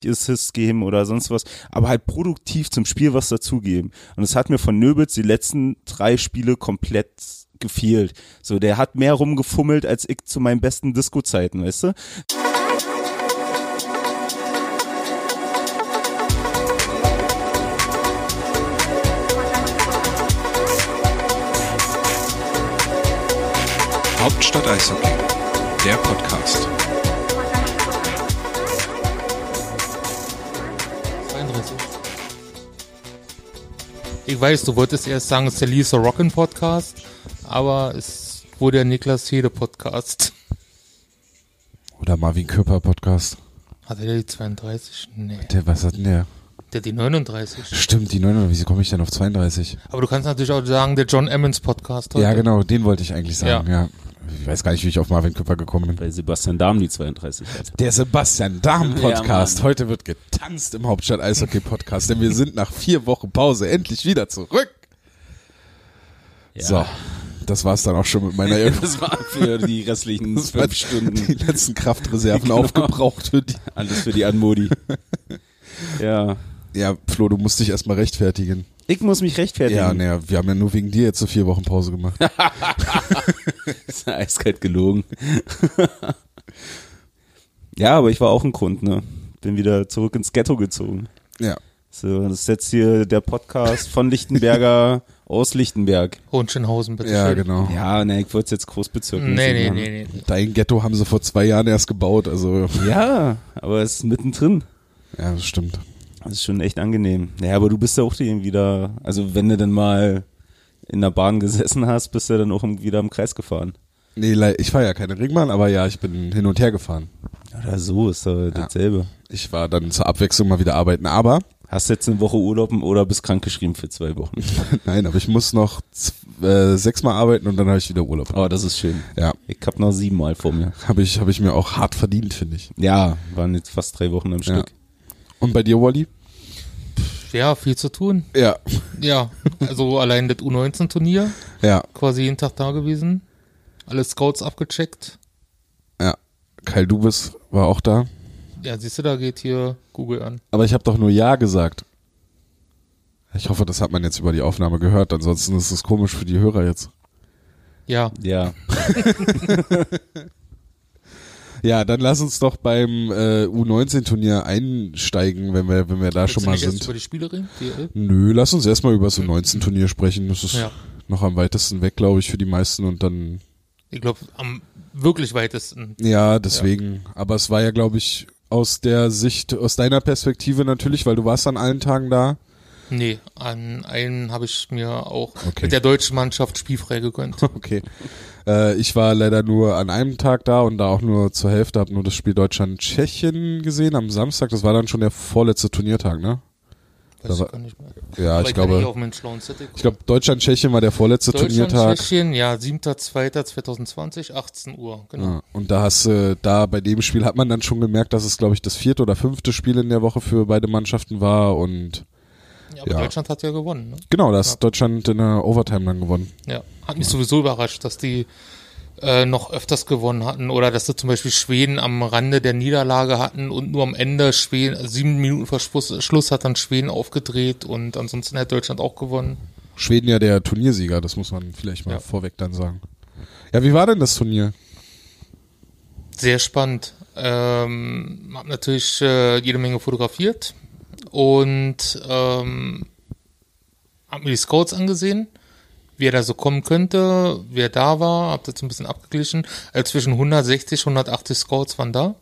Assists geben oder sonst was, aber halt produktiv zum Spiel was dazugeben. Und es hat mir von Nöbels die letzten 3 Spiele komplett gefehlt. So, der hat mehr rumgefummelt als ich zu meinen besten Disco-Zeiten, weißt du? Hauptstadt Eishockey, der Podcast. 32. Ich weiß, du wolltest erst sagen, es ist der Lisa Rockin Podcast, aber es wurde der Niklas Hede Podcast. Oder Marvin Köpper Podcast. Hat er die 32? Nee. Was hat denn der? Der hat die 39. Stimmt, die 39. Wieso komme ich denn auf 32? Aber du kannst natürlich auch sagen, der John Emmons Podcast heute. Ja, genau, den wollte ich eigentlich sagen, ja. Ich weiß gar nicht, wie ich auf Marvin Köpper gekommen bin. Bei Sebastian Dahm die 32 hat. Der Sebastian Dahm Podcast. Ja, heute wird getanzt im Hauptstadt Eishockey Podcast, denn wir sind nach 4 Wochen Pause endlich wieder zurück. Ja. So, das war's dann auch schon mit meiner Das war für die restlichen 12 Stunden. Die letzten Kraftreserven Genau. aufgebraucht für die. Alles für die Anmodi. Ja. Ja, Flo, du musst dich erstmal rechtfertigen. Ich muss mich rechtfertigen. Ja, naja, wir haben ja nur wegen dir jetzt so 4 Wochen Pause gemacht. Das ist ja eiskalt gelogen. Ja, aber ich war auch ein Grund, ne? Bin wieder zurück ins Ghetto gezogen. Ja. So, das ist jetzt hier der Podcast von Lichtenberger aus Lichtenberg. Hohenschönhausen, bitte Ja, schön. genau. Ja, ne, ich wollte es jetzt Großbezirk Nee. Dein Ghetto haben sie vor 2 Jahren erst gebaut, also. Ja, aber es ist mittendrin. Ja, das stimmt. Das ist schon echt angenehm. Naja, aber du bist ja auch irgendwie da, also wenn du dann mal in der Bahn gesessen hast, bist du dann auch wieder im Kreis gefahren. Nee, ich fahre ja keine Ringbahn, aber ja, ich bin hin und her gefahren. Oder so, ist doch dasselbe. Ich war dann zur Abwechslung mal wieder arbeiten, aber, Hast jetzt eine Woche Urlaub oder bist krankgeschrieben für 2 Wochen. nein, aber ich muss noch 6 Mal arbeiten und dann habe ich wieder Urlaub. Oh, das ist schön. Ja, Ich hab noch 7 Mal vor mir. habe ich mir auch hart verdient, finde ich. Ja, waren jetzt fast 3 Wochen am Stück. Und bei dir, Wally? Ja, viel zu tun. Ja. Ja, also allein das U19-Turnier, Ja, quasi jeden Tag da gewesen. Alle Scouts abgecheckt. ja. Kyle Dubes war auch da. Ja, siehst du, da geht hier Google an. Aber ich habe doch nur Ja gesagt. Ich hoffe, das hat man jetzt über die Aufnahme gehört, ansonsten ist es komisch für die Hörer jetzt. Ja, Ja. Ja, dann lass uns doch beim U19-Turnier einsteigen, wenn wir da willst schon du mal nicht erst sind. über die Spiele reden? DL? Nö, lass uns erstmal über das U19-Turnier sprechen. Das ist Ja. noch am weitesten weg, glaube ich, für die meisten und dann, Ich glaube, am wirklich weitesten. ja, deswegen. Aber es war ja, glaube ich, aus deiner Perspektive natürlich, weil du warst an allen Tagen da. Nee, an einen habe ich mir auch Okay. mit der deutschen Mannschaft spielfrei gegönnt. Okay. Ich war leider nur an einem Tag da und da auch nur zur Hälfte, habe nur das Spiel Deutschland-Tschechien gesehen am Samstag. Das war dann schon der vorletzte Turniertag, ne? Weiß war- ich gar nicht mehr. Ja, Aber ich kann nicht glaube, auf meinen schlauen Zettel gucken. ich glaube Deutschland-Tschechien war der vorletzte Deutschland, Turniertag. Tschechien, ja, 7.2.2020, 18 Uhr, genau. Ja, und da bei dem Spiel hat man dann schon gemerkt, dass es, glaube ich, das 4. oder 5. Spiel in der Woche für beide Mannschaften war und Ja, aber ja. Deutschland hat ja gewonnen, ne? genau, da ist Deutschland in der Overtime dann gewonnen. Ja, hat mich sowieso überrascht, dass die noch öfters gewonnen hatten oder dass sie zum Beispiel Schweden am Rande der Niederlage hatten und nur am Ende Schweden, 7 Minuten vor Schluss hat dann Schweden aufgedreht und ansonsten hat Deutschland auch gewonnen. Schweden ja der Turniersieger, das muss man vielleicht mal Ja. vorweg dann sagen. Ja, wie war denn das Turnier? Sehr spannend. Hab natürlich jede Menge fotografiert und hab mir die Scouts angesehen, wer da so kommen könnte, wer da war, hab das ein bisschen abgeglichen. Also zwischen 160, 180 Scouts waren da.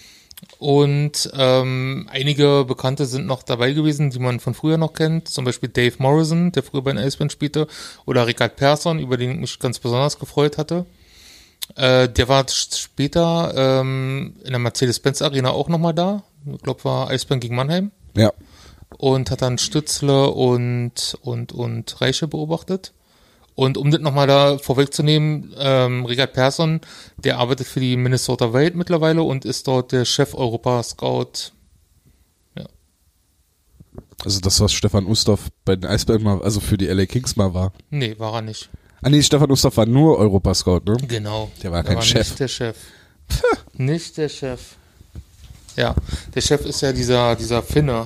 Und einige Bekannte sind noch dabei gewesen, die man von früher noch kennt. Zum Beispiel Dave Morrison, der früher bei den Eisbären spielte, oder Richard Persson, über den ich mich ganz besonders gefreut hatte. Der war später in der Mercedes-Benz Arena auch nochmal da. Ich glaube, war Eisbären gegen Mannheim. Ja. Und hat dann Stützle und Reiche beobachtet. Und um das nochmal da vorwegzunehmen, Richard Persson, der arbeitet für die Minnesota Wild mittlerweile und ist dort der Chef-Europa-Scout. Ja. Also das, was Stefan Ustorf bei den Eisbären mal, also für die LA Kings mal war. Nee, war er nicht. Ah nee, Stefan Ustorf war nur Europascout, ne? Genau. Der war kein Chef. Nicht der Chef. Nicht der Chef. Ja, der Chef ist ja dieser Finne.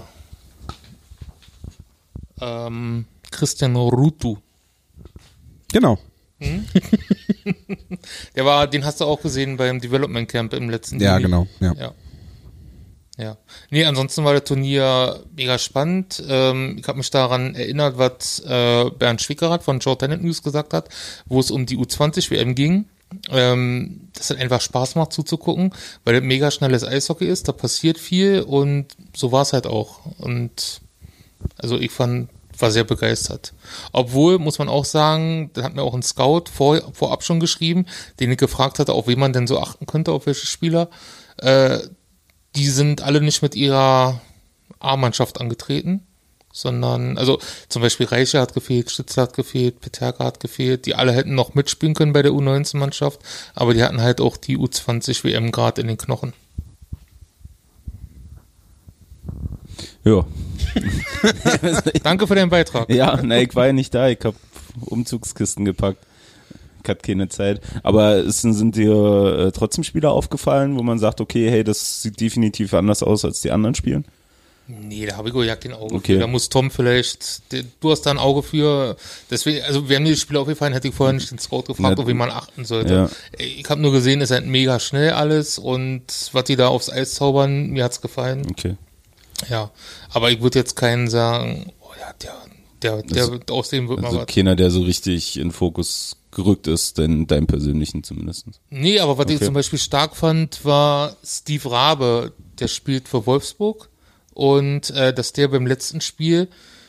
Christian Ruutu. Genau. Den hast du auch gesehen beim Development Camp im letzten Ja, Juli. genau. Ja. Ja. Nee, ansonsten war das Turnier mega spannend. Ich habe mich daran erinnert, was Bernd Schwickerath von Joe Tennis News gesagt hat, wo es um die U20 WM ging. Dass es einfach Spaß macht zuzugucken, weil das mega schnelles Eishockey ist, da passiert viel und so war es halt auch. Und also war sehr begeistert. Obwohl, muss man auch sagen, da hat mir auch ein Scout vorab schon geschrieben, den ich gefragt hatte, auf wen man denn so achten könnte, auf welche Spieler. Die sind alle nicht mit ihrer A-Mannschaft angetreten, sondern, also zum Beispiel Reiche hat gefehlt, Stützler hat gefehlt, Peterka hat gefehlt, die alle hätten noch mitspielen können bei der U19-Mannschaft, aber die hatten halt auch die U20-WM gerade in den Knochen. Ja. Danke für deinen Beitrag. Ja, ich war ja nicht da, ich habe Umzugskisten gepackt. Ich hatte keine Zeit. Aber sind dir trotzdem Spieler aufgefallen, wo man sagt, okay, hey, das sieht definitiv anders aus als die anderen Spielen? Nee, da habe ich ja kein Auge Okay. für. Da muss Tom vielleicht, du hast da ein Auge für. Deswegen, also wären mir die Spiele aufgefallen, hätte ich vorher nicht den Scout gefragt, Ja. auf wen man achten sollte. Ja. Ich habe nur gesehen, es ist halt mega schnell alles und was die da aufs Eis zaubern, mir hat's gefallen. Okay. Ja, aber ich würde jetzt keinen sagen, oh ja, der aus dem wird mal Also was. keiner, der so richtig in Fokus gerückt ist, denn deinem persönlichen zumindest. Nee, aber was ich Okay. zum Beispiel stark fand, war Steve Rabe, der spielt für Wolfsburg und dass der beim letzten Spiel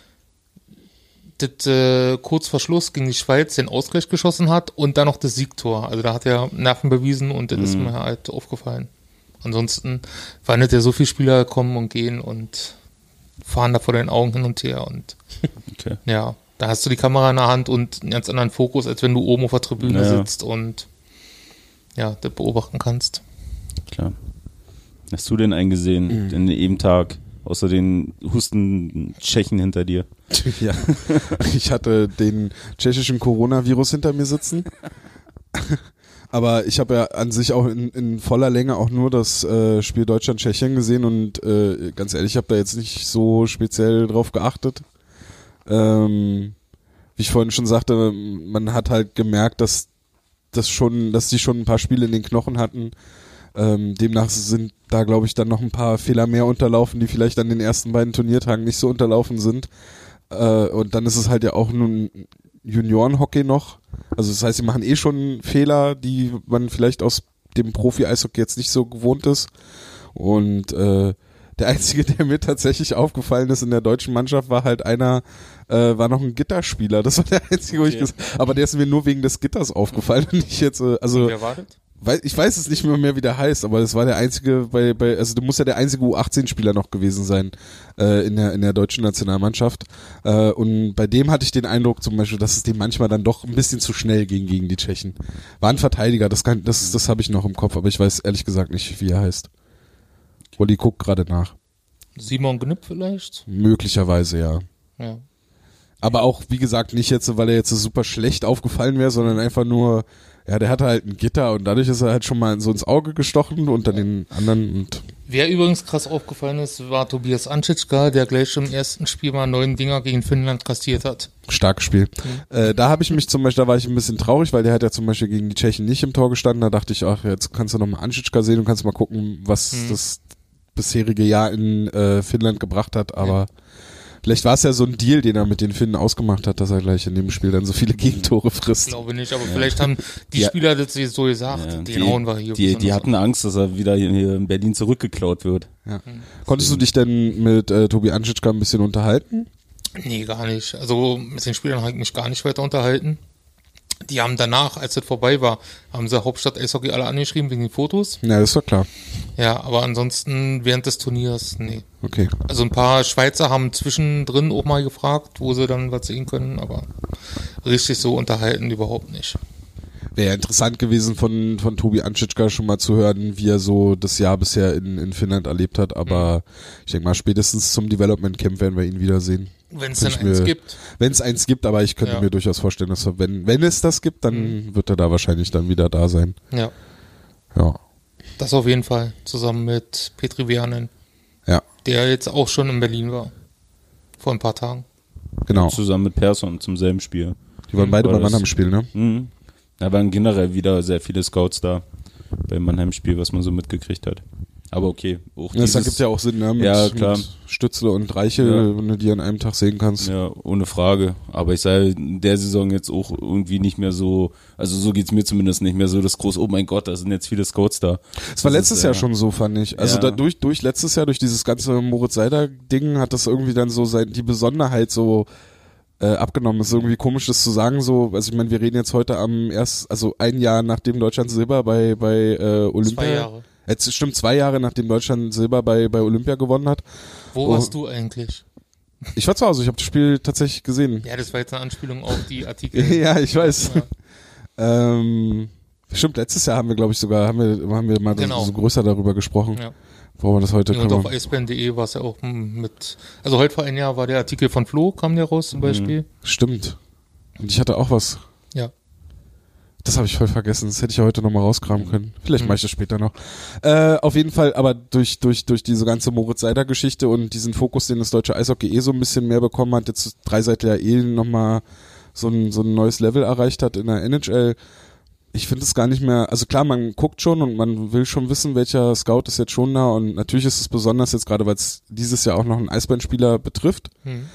kurz vor Schluss gegen die Schweiz den Ausgleich geschossen hat und dann noch das Siegtor. Also da hat er Nerven bewiesen und das ist mir halt aufgefallen. Ansonsten waren nicht ja so viele Spieler kommen und gehen und fahren da vor deinen Augen hin und her und Okay. ja, da hast du die Kamera in der Hand und einen ganz anderen Fokus, als wenn du oben auf der Tribüne Ja. sitzt und ja, das beobachten kannst. Klar. Hast du denn einen gesehen, in jedem Tag, außer den hustenden Tschechen hinter dir? Ja, ich hatte den tschechischen Coronavirus hinter mir sitzen. Aber ich habe ja an sich auch in voller Länge auch nur das Spiel Deutschland-Tschechien gesehen und ganz ehrlich, ich habe da jetzt nicht so speziell drauf geachtet. Wie ich vorhin schon sagte, man hat halt gemerkt, dass die schon ein paar Spiele in den Knochen hatten. Demnach sind da, glaube ich, dann noch ein paar Fehler mehr unterlaufen, die vielleicht an den ersten beiden Turniertagen nicht so unterlaufen sind. Und dann ist es halt ja auch nun Juniorenhockey noch. Also das heißt, sie machen schon Fehler, die man vielleicht aus dem Profi-Eishockey jetzt nicht so gewohnt ist. Und der einzige, der mir tatsächlich aufgefallen ist in der deutschen Mannschaft, war halt war noch ein Gitterspieler. Das war der einzige, wo ich gesagt habe. Aber der ist mir nur wegen des Gitters aufgefallen und nicht jetzt, also Wer war das? ich weiß es nicht mehr, wie der heißt, aber das war der einzige also du musst ja der einzige U18-Spieler noch gewesen sein in der deutschen Nationalmannschaft. Und bei dem hatte ich den Eindruck zum Beispiel, dass es dem manchmal dann doch ein bisschen zu schnell ging gegen die Tschechen. War ein Verteidiger, das habe ich noch im Kopf, aber ich weiß ehrlich gesagt nicht, wie er heißt. Olli guckt gerade nach. Simon Gnipp vielleicht? Möglicherweise, ja. Ja. Aber auch, wie gesagt, nicht jetzt, weil er jetzt so super schlecht aufgefallen wäre, sondern einfach nur, ja, der hatte halt ein Gitter und dadurch ist er halt schon mal so ins Auge gestochen unter den anderen und Wer übrigens krass aufgefallen ist, war Tobias Anschitschka, der gleich schon im ersten Spiel mal 9 Dinger gegen Finnland kassiert hat. starkes Spiel. Da habe ich mich zum Beispiel, da war ich ein bisschen traurig, weil der hat ja zum Beispiel gegen die Tschechen nicht im Tor gestanden. Da dachte ich, ach, jetzt kannst du nochmal Anschitschka sehen und kannst mal gucken, was das bisherige Jahr in Finnland gebracht hat, aber vielleicht war es ja so ein Deal, den er mit den Finnen ausgemacht hat, dass er gleich in dem Spiel dann so viele Gegentore frisst. Ich glaube nicht, aber vielleicht haben die Spieler das so gesagt, den hauen wir hier. Die hatten Angst, dass er wieder hier in Berlin zurückgeklaut wird. Ja. Konntest du dich denn mit Tobi Anschitschka ein bisschen unterhalten? Nee, gar nicht. Also mit den Spielern habe ich mich gar nicht weiter unterhalten. Die haben danach, als das vorbei war, haben sie Hauptstadt Eishockey alle angeschrieben wegen den Fotos. Ja, das war klar. Ja, aber ansonsten während des Turniers, nee. Okay. Also ein paar Schweizer haben zwischendrin auch mal gefragt, wo sie dann was sehen können, aber richtig so unterhalten überhaupt nicht. Wäre interessant gewesen von Tobi Anschitschka schon mal zu hören, wie er so das Jahr bisher in Finnland erlebt hat, aber ich denke mal, spätestens zum Development Camp werden wir ihn wiedersehen. Wenn es denn eins gibt. Wenn es eins gibt, aber ich könnte mir durchaus vorstellen, dass er, wenn es das gibt, dann wird er da wahrscheinlich dann wieder da sein. Ja. Ja. Das auf jeden Fall, zusammen mit Petri Vianen, Ja, der jetzt auch schon in Berlin war. Vor ein paar Tagen. genau. Zusammen mit Persson zum selben Spiel. Die waren beide War beim das- Mannheim-Spiel, ne? Mhm. Da waren generell wieder sehr viele Scouts da beim Mannheim-Spiel, was man so mitgekriegt hat. Aber okay, auch Das dieses, ergibt ja auch Sinn, ne? Ja, klar. Mit Stützle und Reichel, Ja. wenn du die an einem Tag sehen kannst. ja, ohne Frage. Aber ich sage in der Saison jetzt auch irgendwie nicht mehr so, also so geht's mir zumindest nicht mehr so das groß, oh mein Gott, da sind jetzt viele Scouts da. Das war letztes ist, Jahr schon so, fand ich. Also ja. durch letztes Jahr, durch dieses ganze Moritz-Seider-Ding hat das irgendwie dann so die Besonderheit so abgenommen. Es ist irgendwie komisch, das zu sagen so. Also ich meine, wir reden jetzt heute also ein Jahr nachdem Deutschland Silber bei Olympia. 2 Jahre. Jetzt stimmt 2 Jahre nachdem Deutschland Silber bei Olympia gewonnen hat. Wo warst du eigentlich? Ich war zu Hause, ich habe das Spiel tatsächlich gesehen. Ja, das war jetzt eine Anspielung auf die Artikel. Ja, ich weiß. Ja. Stimmt, letztes Jahr haben wir, glaube ich, sogar, haben wir mal Genau. so größer darüber gesprochen. Ja. Wo wir das heute Und können auf eisbären.de war es ja auch mit, also heute vor einem Jahr war der Artikel von Flo, kam der raus zum Beispiel. Stimmt. Und ich hatte auch was. Ja. Das habe ich voll vergessen. Das hätte ich ja heute nochmal rauskramen können. Vielleicht mache ich das später noch. Auf jeden Fall, aber durch diese ganze Moritz-Seider-Geschichte und diesen Fokus, den das deutsche Eishockey so ein bisschen mehr bekommen hat, jetzt Dreiseitel ja nochmal so ein neues Level erreicht hat in der NHL. Ich finde es gar nicht mehr, also klar, man guckt schon und man will schon wissen, welcher Scout ist jetzt schon da und natürlich ist es besonders jetzt gerade, weil es dieses Jahr auch noch einen Eisbärenspieler betrifft.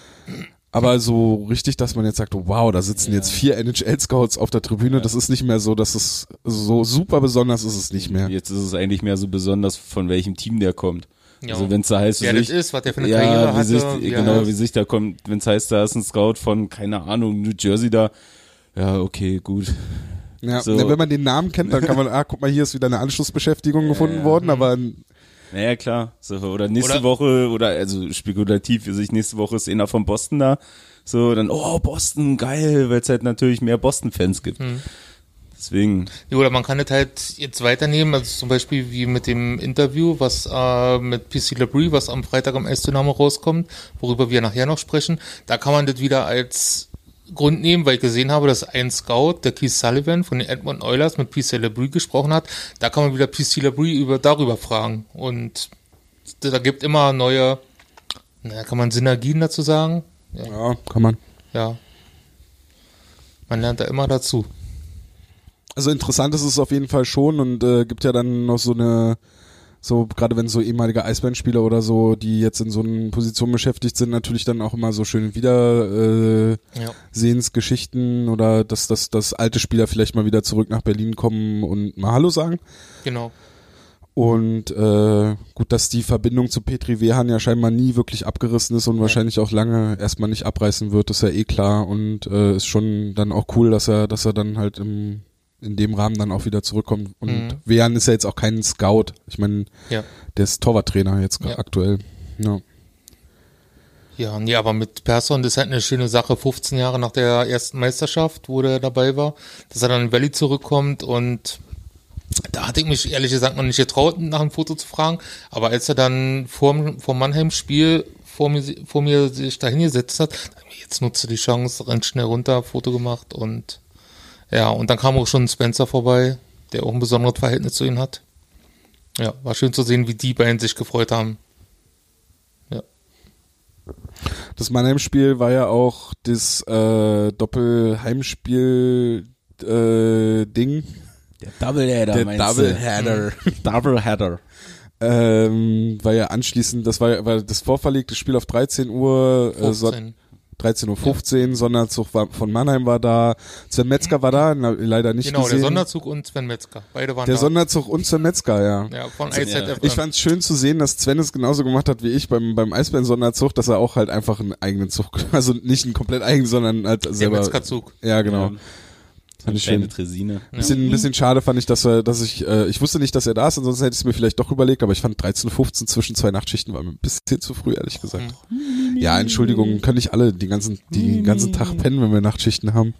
Aber so richtig, dass man jetzt sagt, oh, wow, da sitzen jetzt 4 NHL-Scouts auf der Tribüne, das ist nicht mehr so, dass es so super besonders ist es nicht mehr. Jetzt ist es eigentlich mehr so besonders, von welchem Team der kommt. Ja. Also wenn es da heißt, Wer wie das sich- ist, was der für eine ja, Karriere wie hatte. sich, wie er genau, heißt. wie sich da kommt, wenn es heißt, da ist ein Scout von, keine Ahnung, New Jersey da, ja, okay, gut. Ja, So. wenn man den Namen kennt, dann kann man, guck mal, hier ist wieder eine Anschlussbeschäftigung gefunden worden, aber Naja, klar. So, oder nächste Oder- Woche, oder also spekulativ, wie sich nächste Woche ist einer von Boston da. So, dann, oh, Boston, geil, weil es halt natürlich mehr Boston-Fans gibt. Deswegen, Ja, oder man kann das halt jetzt weiternehmen, also zum Beispiel wie mit dem Interview, was mit PC LeBrie, was am Freitag am Eisdynamo rauskommt, worüber wir nachher noch sprechen. Da kann man das wieder als Grund nehmen, weil ich gesehen habe, dass ein Scout, der Keith Sullivan von den Edmonton Oilers mit PC LeBrie gesprochen hat. Da kann man wieder PC LeBrie darüber fragen. Und da gibt immer neue, kann man Synergien dazu sagen? ja, kann man. Ja. Man lernt da immer dazu. Also interessant ist es auf jeden Fall schon und gibt ja dann noch so gerade wenn so ehemalige Eisbärenspieler oder so, die jetzt in so einer Position beschäftigt sind, natürlich dann auch immer so schöne Wiedersehensgeschichten oder dass alte Spieler vielleicht mal wieder zurück nach Berlin kommen und mal Hallo sagen. Genau. Und gut, dass die Verbindung zu Petri Wehan ja scheinbar nie wirklich abgerissen ist und wahrscheinlich auch lange erstmal nicht abreißen wird, ist ja eh klar und ist schon dann auch cool, dass er dann halt in dem Rahmen dann auch wieder zurückkommt. Und Wehan ist ja jetzt auch kein Scout. Ich meine, Ja. der ist Torwarttrainer jetzt Ja. aktuell. Ja. Ja, nee, aber mit Persson, das ist halt eine schöne Sache, 15 Jahre nach der ersten Meisterschaft, wo der dabei war, dass er dann in Valley zurückkommt und da hatte ich mich ehrlich gesagt noch nicht getraut, nach einem Foto zu fragen, aber als er dann vor Mannheim-Spiel vor mir sich da hingesetzt hat, dachte ich mir, jetzt nutze die Chance, rennt schnell runter, Foto gemacht und ja, und dann kam auch schon Spencer vorbei, der auch ein besonderes Verhältnis zu ihm hat. Ja, war schön zu sehen, wie die beiden sich gefreut haben. Ja. Das Mannheim-Spiel war ja auch das Doppelheimspiel Ding. der Doubleheader, Der Doubleheader. Doubleheader. War ja anschließend, das war das vorverlegte Spiel auf 13 Uhr, 13:15 Uhr, Sonderzug von Mannheim war da, Sven Metzger war da, leider nicht Genau, gesehen. der Sonderzug und Sven Metzger. Beide waren Der da. Sonderzug und Sven Metzger, ja. Ja, von IZF. Ich fand's schön zu sehen, dass Sven es genauso gemacht hat wie ich beim Eisbären-Sonderzug, dass er auch halt einfach einen eigenen Zug, also nicht einen komplett eigenen, sondern halt der selber. Metzgerzug. Ja, genau. Ja. Fand ich Kleine schön. Tresine. Bisschen schade fand ich, dass ich wusste nicht, dass er da ist, ansonsten hätte ich es mir vielleicht doch überlegt, aber ich fand 13:15 zwischen 2 Nachtschichten war mir ein bisschen zu früh, ehrlich gesagt. Ja, Entschuldigung, können nicht alle den ganzen Tag pennen, wenn wir Nachtschichten haben.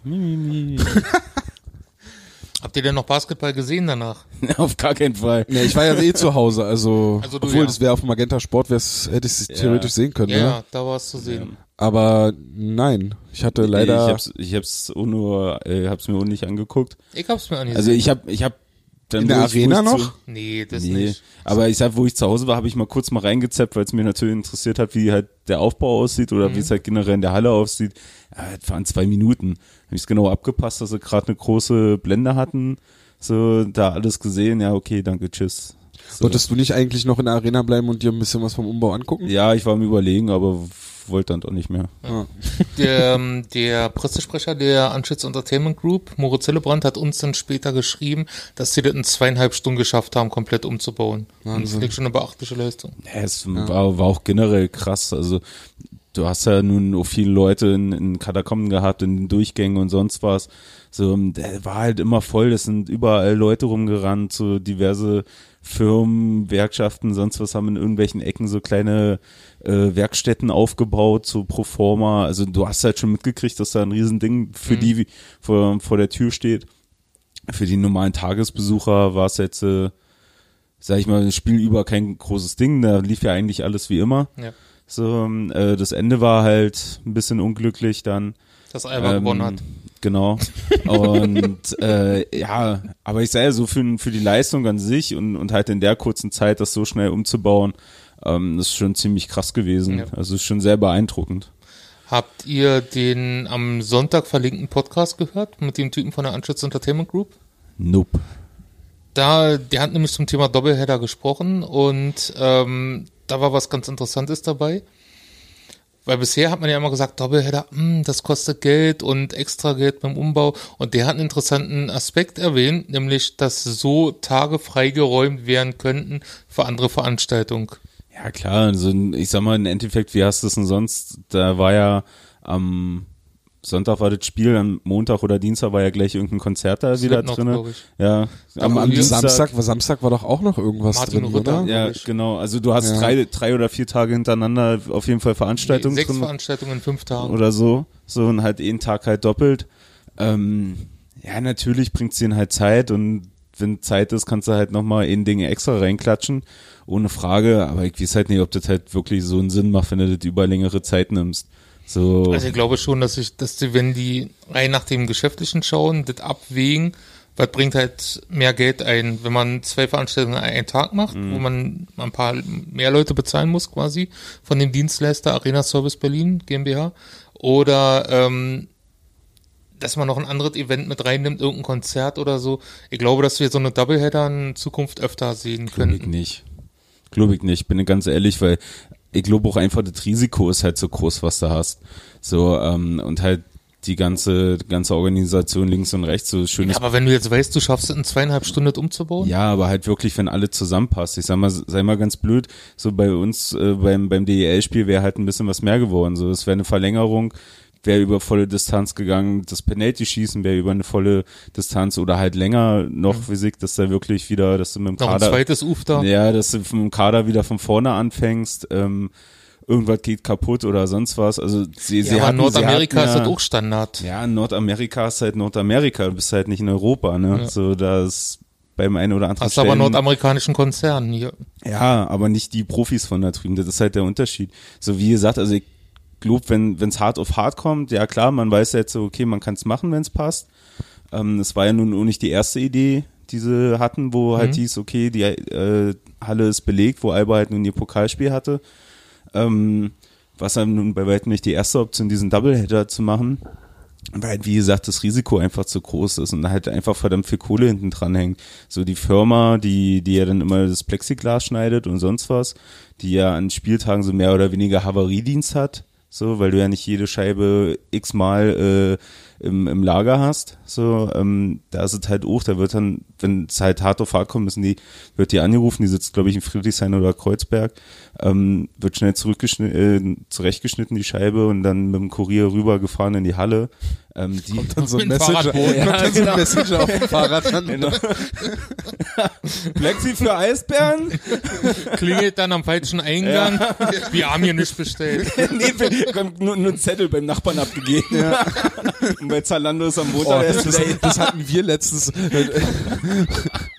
Habt ihr denn noch Basketball gesehen danach? Auf gar keinen Fall. Ja, ich war ja eh zu Hause, also Also du, obwohl ja. das wäre auf Magenta Sport, hätte ich es theoretisch sehen können, Ja, ne? ja, da war es zu sehen. Aber nein, ich hatte leider. Ich hab's mir auch nicht angeguckt. Ich hab's mir angesehen. Also ich hab dann In der wo Arena wo noch? Nee, das Nee, nicht. aber ich sag, wo ich zu Hause war, habe ich mal kurz mal reingezappt, weil es mir natürlich interessiert hat, wie halt der Aufbau aussieht oder wie es halt generell in der Halle aussieht. Ja, das waren 2 Minuten. Habe ich es genau abgepasst, dass sie gerade eine große Blende hatten. So, da alles gesehen. Ja, okay, danke, tschüss. So. Wolltest du nicht eigentlich noch in der Arena bleiben und dir ein bisschen was vom Umbau angucken? Ja, ich war am Überlegen, aber wollte dann doch nicht mehr. Der Pressesprecher der Anschütz Entertainment Group, Moritz Hillebrand, hat uns dann später geschrieben, dass sie das in 2,5 Stunden geschafft haben, komplett umzubauen. Und das ist schon eine beachtliche Leistung. Ja, es war auch generell krass. Also du hast ja nun auch viele Leute in Katakomben gehabt, in den Durchgängen und sonst was. So, der war halt immer voll. Es sind überall Leute rumgerannt, so diverse Firmen, Werkschaften, sonst was haben in irgendwelchen Ecken so kleine Werkstätten aufgebaut, so pro forma. Also du hast halt schon mitgekriegt, dass da ein Riesending für die vor der Tür steht. Für die normalen Tagesbesucher war es jetzt, sag ich mal, das Spiel über kein großes Ding. Da lief ja eigentlich alles wie immer. Ja. So, das Ende war halt ein bisschen unglücklich dann. Dass Alba gewonnen hat. Genau. Und ja, aber ich sage ja so für die Leistung an sich und halt in der kurzen Zeit das so schnell umzubauen, das ist schon ziemlich krass gewesen. Ja. Also ist schon sehr beeindruckend. Habt ihr den am Sonntag verlinkten Podcast gehört mit dem Typen von der Anschütz Entertainment Group? Nope. Der hat nämlich zum Thema Doubleheader gesprochen und da war was ganz Interessantes dabei. Weil bisher hat man ja immer gesagt, Doubleheader, das kostet Geld und extra Geld beim Umbau. Und der hat einen interessanten Aspekt erwähnt, nämlich, dass so Tage freigeräumt werden könnten für andere Veranstaltungen. Ja klar, also ich sag mal im Endeffekt, wie hast du es denn sonst? Da war ja am Sonntag war das Spiel, am Montag oder Dienstag war ja gleich irgendein Konzert da wieder Slipknot, drin. glaub ich. Ja, Am Dienstag- Samstag war doch auch noch irgendwas Martin drin, Rütter. oder? Ja, Logisch. genau. Also du hast Ja. 3 oder 4 Tage hintereinander auf jeden Fall Veranstaltungen 6 drin Veranstaltungen in 5 Tagen. oder so. So und halt jeden Tag halt doppelt. Ja, natürlich bringt's denen halt Zeit und wenn Zeit ist, kannst du halt nochmal ein Ding extra reinklatschen. Ohne Frage. Aber ich weiß halt nicht, ob das halt wirklich so einen Sinn macht, wenn du das über längere Zeit nimmst. So. Also ich glaube schon, dass die, wenn die rein nach dem Geschäftlichen schauen, das abwägen, was bringt halt mehr Geld ein, wenn man 2 Veranstaltungen an einen Tag macht, wo man ein paar mehr Leute bezahlen muss quasi von dem Dienstleister Arena Service Berlin GmbH oder dass man noch ein anderes Event mit reinnimmt, irgendein Konzert oder so. Ich glaube, dass wir so eine Doubleheader in Zukunft öfter sehen Glaube ich könnten. nicht. Glaube ich nicht, bin ganz ehrlich, weil ich glaube auch einfach, das Risiko ist halt so groß, was du hast. So, und halt die ganze Organisation links und rechts, so schönes. Ja, aber wenn du jetzt weißt, du schaffst es in 2,5 Stunden das umzubauen? Ja, aber halt wirklich, wenn alle zusammenpasst. Ich sag mal, sei mal ganz blöd, so bei uns, beim DEL-Spiel wäre halt ein bisschen was mehr geworden. So, es wäre eine Verlängerung, wäre über volle Distanz gegangen, das Penalty-Schießen wäre über eine volle Distanz oder halt länger noch Physik, dass da wirklich wieder, dass du mit dem Noch ein Kader. zweites Ufter. Ja, dass du mit dem Kader wieder von vorne anfängst, irgendwas geht kaputt oder sonst was. Also sie Ja, aber in Nordamerika hatten ist ja, das auch Standard. Ja, in Nordamerika ist halt Nordamerika, du bist halt nicht in Europa, ne? Ja. So, das beim einen oder anderen Hast aber nordamerikanischen Konzern hier. ja, aber nicht die Profis von da drüben, das ist halt der Unterschied. So wie gesagt, also ich glaube, wenn's hart auf hart kommt, ja klar, man weiß ja jetzt so, okay, man kann es machen, wenn es passt. Es war ja nun auch nicht die erste Idee, die sie hatten, wo halt hieß, okay, die Halle ist belegt, wo Alba halt nun ihr Pokalspiel hatte. Was dann nun bei weitem nicht die erste Option, diesen Doubleheader zu machen, weil halt, wie gesagt, das Risiko einfach zu groß ist und halt einfach verdammt viel Kohle hinten dran hängt. So die Firma, die ja dann immer das Plexiglas schneidet und sonst was, die ja an Spieltagen so mehr oder weniger Havariedienst hat, so, weil du ja nicht jede Scheibe x-mal im Lager hast, so, da ist es halt auch, da wird dann, wenn es halt hart auf hart kommt, wird die angerufen, die sitzt, glaube ich, in Friedrichshain oder Kreuzberg, wird schnell zurechtgeschnitten, die Scheibe, und dann mit dem Kurier rübergefahren in die Halle. Die Kommt dann so ein Mit dem Messenger, Fahrradboot. kommt dann so ein Messenger auf dem Fahrrad an. Genau. Plexi für Eisbären? Klingelt dann am falschen Eingang. Wir haben hier nichts bestellt. Nee, nur ein Zettel beim Nachbarn abgegeben. Ja. Und bei Zalando ist am Oh, Montag erst das hatten wir letztens.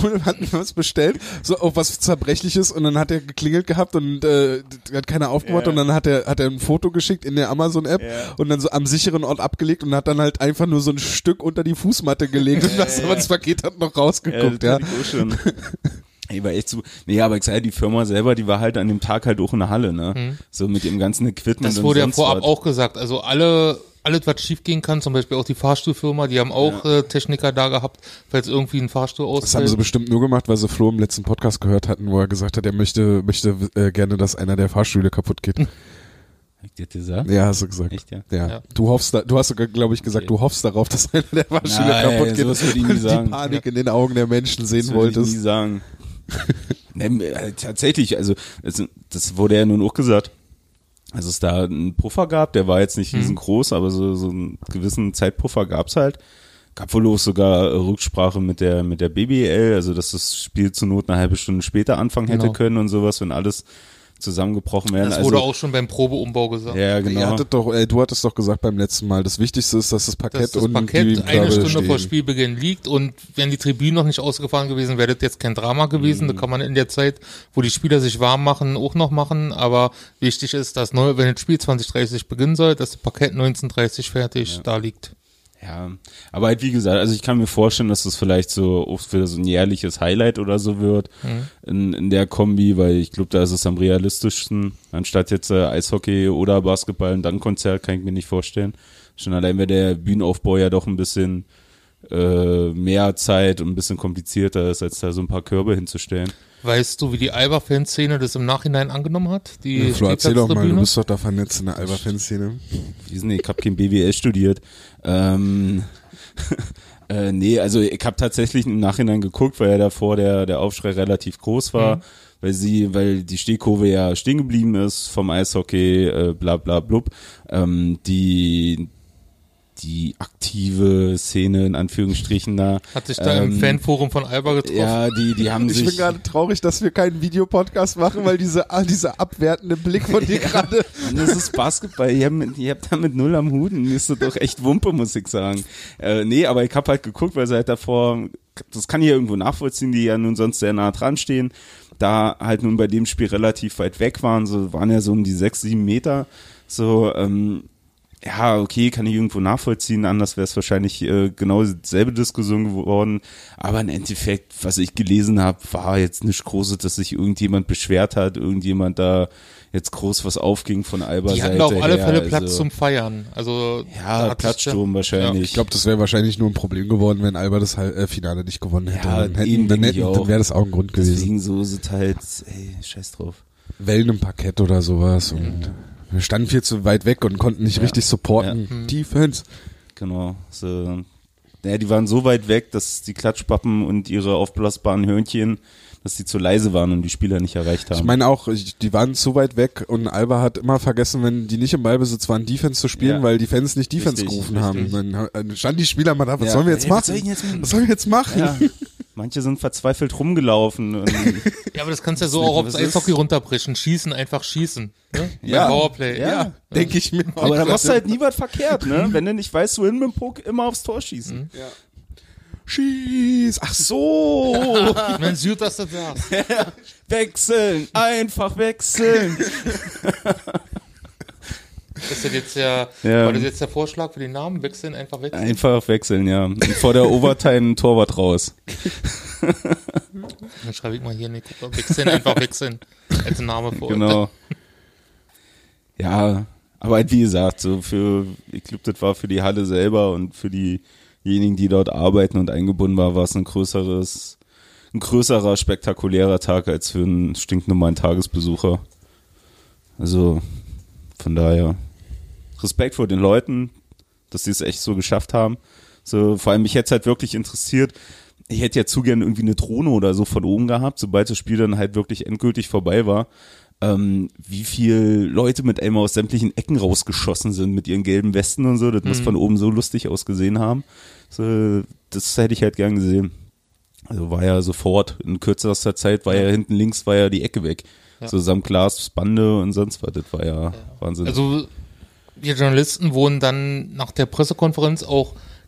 hatten wir was bestellt, so auf was Zerbrechliches und dann hat er geklingelt gehabt und hat keiner aufgemacht und dann hat er ein Foto geschickt in der Amazon-App und dann so am sicheren Ort abgelegt und hat dann halt einfach nur so ein Stück unter die Fußmatte gelegt und aber das Paket hat noch rausgeguckt, ja. Ey, war echt so. Nee, aber ich sag ja, die Firma selber, die war halt an dem Tag halt auch in der Halle, ne? So mit dem ganzen Equipment. Das wurde ja vorab auch gesagt. Also alles, was schief gehen kann, zum Beispiel auch die Fahrstuhlfirma, die haben auch Techniker da gehabt, falls irgendwie ein Fahrstuhl ausfällt. Das haben sie bestimmt nur gemacht, weil sie Flo im letzten Podcast gehört hatten, wo er gesagt hat, er möchte gerne, dass einer der Fahrstühle kaputt geht. Hab ich dir das gesagt? Ja, hast du gesagt. Echt, ja? Ja. Du hast sogar, glaube ich, gesagt, du hoffst darauf, dass einer der Fahrstühle kaputt geht. Sowas würde ich nie sagen. Die Panik in den Augen der Menschen sehen das wolltest. Ich nie sagen. Tatsächlich, also das wurde ja nun auch gesagt, also es da einen Puffer gab, der war jetzt nicht riesengroß, aber so einen gewissen Zeitpuffer gab's halt. Gab wohl auch sogar Rücksprache mit der BBL, also dass das Spiel zur Not eine halbe Stunde später anfangen hätte können und sowas, wenn alles zusammengebrochen werden. Das wurde auch schon beim Probeumbau gesagt. Ja, genau. Du hattest doch gesagt beim letzten Mal, das Wichtigste ist, dass das Parkett und die eine Stunde vor Spielbeginn liegt und wären die Tribünen noch nicht ausgefahren gewesen, wäre das jetzt kein Drama gewesen. Da kann man in der Zeit, wo die Spieler sich warm machen, auch noch machen. Aber wichtig ist, dass wenn das Spiel 20:30 beginnen soll, dass das Parkett 19:30 fertig da liegt. Ja, aber halt wie gesagt, also ich kann mir vorstellen, dass das vielleicht so oft wieder so ein jährliches Highlight oder so wird in der Kombi, weil ich glaube, da ist es am realistischsten, anstatt jetzt Eishockey oder Basketball und dann Konzert, kann ich mir nicht vorstellen. Schon allein wäre der Bühnenaufbau ja doch ein bisschen mehr Zeit und ein bisschen komplizierter ist, als da so ein paar Körbe hinzustellen. Weißt du, wie die Alba-Fanszene das im Nachhinein angenommen hat? Flo, erzähl doch mal, du bist doch da vernetzt in der Alba-Fanszene. Ich habe kein BWL studiert. Nee, also ich habe tatsächlich im Nachhinein geguckt, weil ja davor der Aufschrei relativ groß war, weil die Stehkurve ja stehen geblieben ist vom Eishockey, bla bla blub. Die aktive Szene in Anführungsstrichen da. Hat sich da im Fanforum von Alba getroffen. Ja, die haben sich... Ich bin gerade traurig, dass wir keinen Videopodcast machen, weil dieser abwertende Blick von dir gerade... Das ist Basketball, ihr habt damit null am Hut, ist das doch echt Wumpe, muss ich sagen. Nee, aber ich habe halt geguckt, weil sie halt davor, das kann ich ja irgendwo nachvollziehen, die ja nun sonst sehr nah dran stehen, da halt nun bei dem Spiel relativ weit weg waren, so waren ja so um die 6-7 Meter, so, ja, okay, kann ich irgendwo nachvollziehen, anders wäre es wahrscheinlich genau dieselbe Diskussion geworden, aber im Endeffekt, was ich gelesen habe, war jetzt nicht groß, dass sich irgendjemand beschwert hat, irgendjemand da jetzt groß was aufging von Alba Seite. Die hatten auf alle Fälle Platz zum Feiern. Also ja, Platzsturm wahrscheinlich. Ja. Ich glaube, das wäre wahrscheinlich nur ein Problem geworden, wenn Alba das Finale nicht gewonnen hätte. Ja, dann wäre das auch ein Grund gewesen. Deswegen so ist es halt, ey, scheiß drauf. Wellen im Parkett oder sowas und wir standen viel zu weit weg und konnten nicht richtig supporten. Ja. Defense. Genau. So. Ja, die waren so weit weg, dass die Klatschpappen und ihre aufblasbaren Hörnchen, dass die zu leise waren und die Spieler nicht erreicht haben. Ich meine auch, die waren zu weit weg und Alba hat immer vergessen, wenn die nicht im Ballbesitz waren, Defense zu spielen, weil die Fans nicht Defense gerufen haben. Dann standen die Spieler mal da, was sollen wir jetzt machen? Was sollen wir jetzt machen? Ja. Manche sind verzweifelt rumgelaufen. Und ja, aber das kannst du ja so auch aufs Eishockey runterbrechen. Schießen, einfach schießen. Ne? Ja. Powerplay. Ja. Denke ich mir auch. Aber da machst du halt nie was verkehrt, ne? Wenn du nicht weißt, wohin mit dem Puck, immer aufs Tor schießen. Ja. Schieß! Ach so! Man sieht, dass du das sagst. Wechseln! Einfach wechseln! Ist das jetzt war das jetzt der Vorschlag für den Namen? Wechseln, einfach wechseln? Einfach wechseln, ja. Und vor der Overtime ein Torwart raus. Dann schreibe ich mal hier, wechseln, einfach wechseln. Als Name vor. Genau. Ja, aber halt wie gesagt, so ich glaube, das war für die Halle selber und für diejenigen, die dort arbeiten und eingebunden war es ein größerer, spektakulärer Tag als für einen stinknormalen Tagesbesucher. Also, von daher Respekt vor den Leuten, dass sie es echt so geschafft haben. So, vor allem mich hätte es halt wirklich interessiert, ich hätte ja zu gern irgendwie eine Drohne oder so von oben gehabt, sobald das Spiel dann halt wirklich endgültig vorbei war, wie viel Leute mit einmal aus sämtlichen Ecken rausgeschossen sind mit ihren gelben Westen und so, das muss von oben so lustig ausgesehen haben. So, das hätte ich halt gern gesehen. Also war ja sofort, in kürzester Zeit war ja hinten links war ja die Ecke weg. Ja. So samt Glas, Bande und sonst was, das war ja Wahnsinn. Also wir Journalisten wurden dann nach der Pressekonferenz auch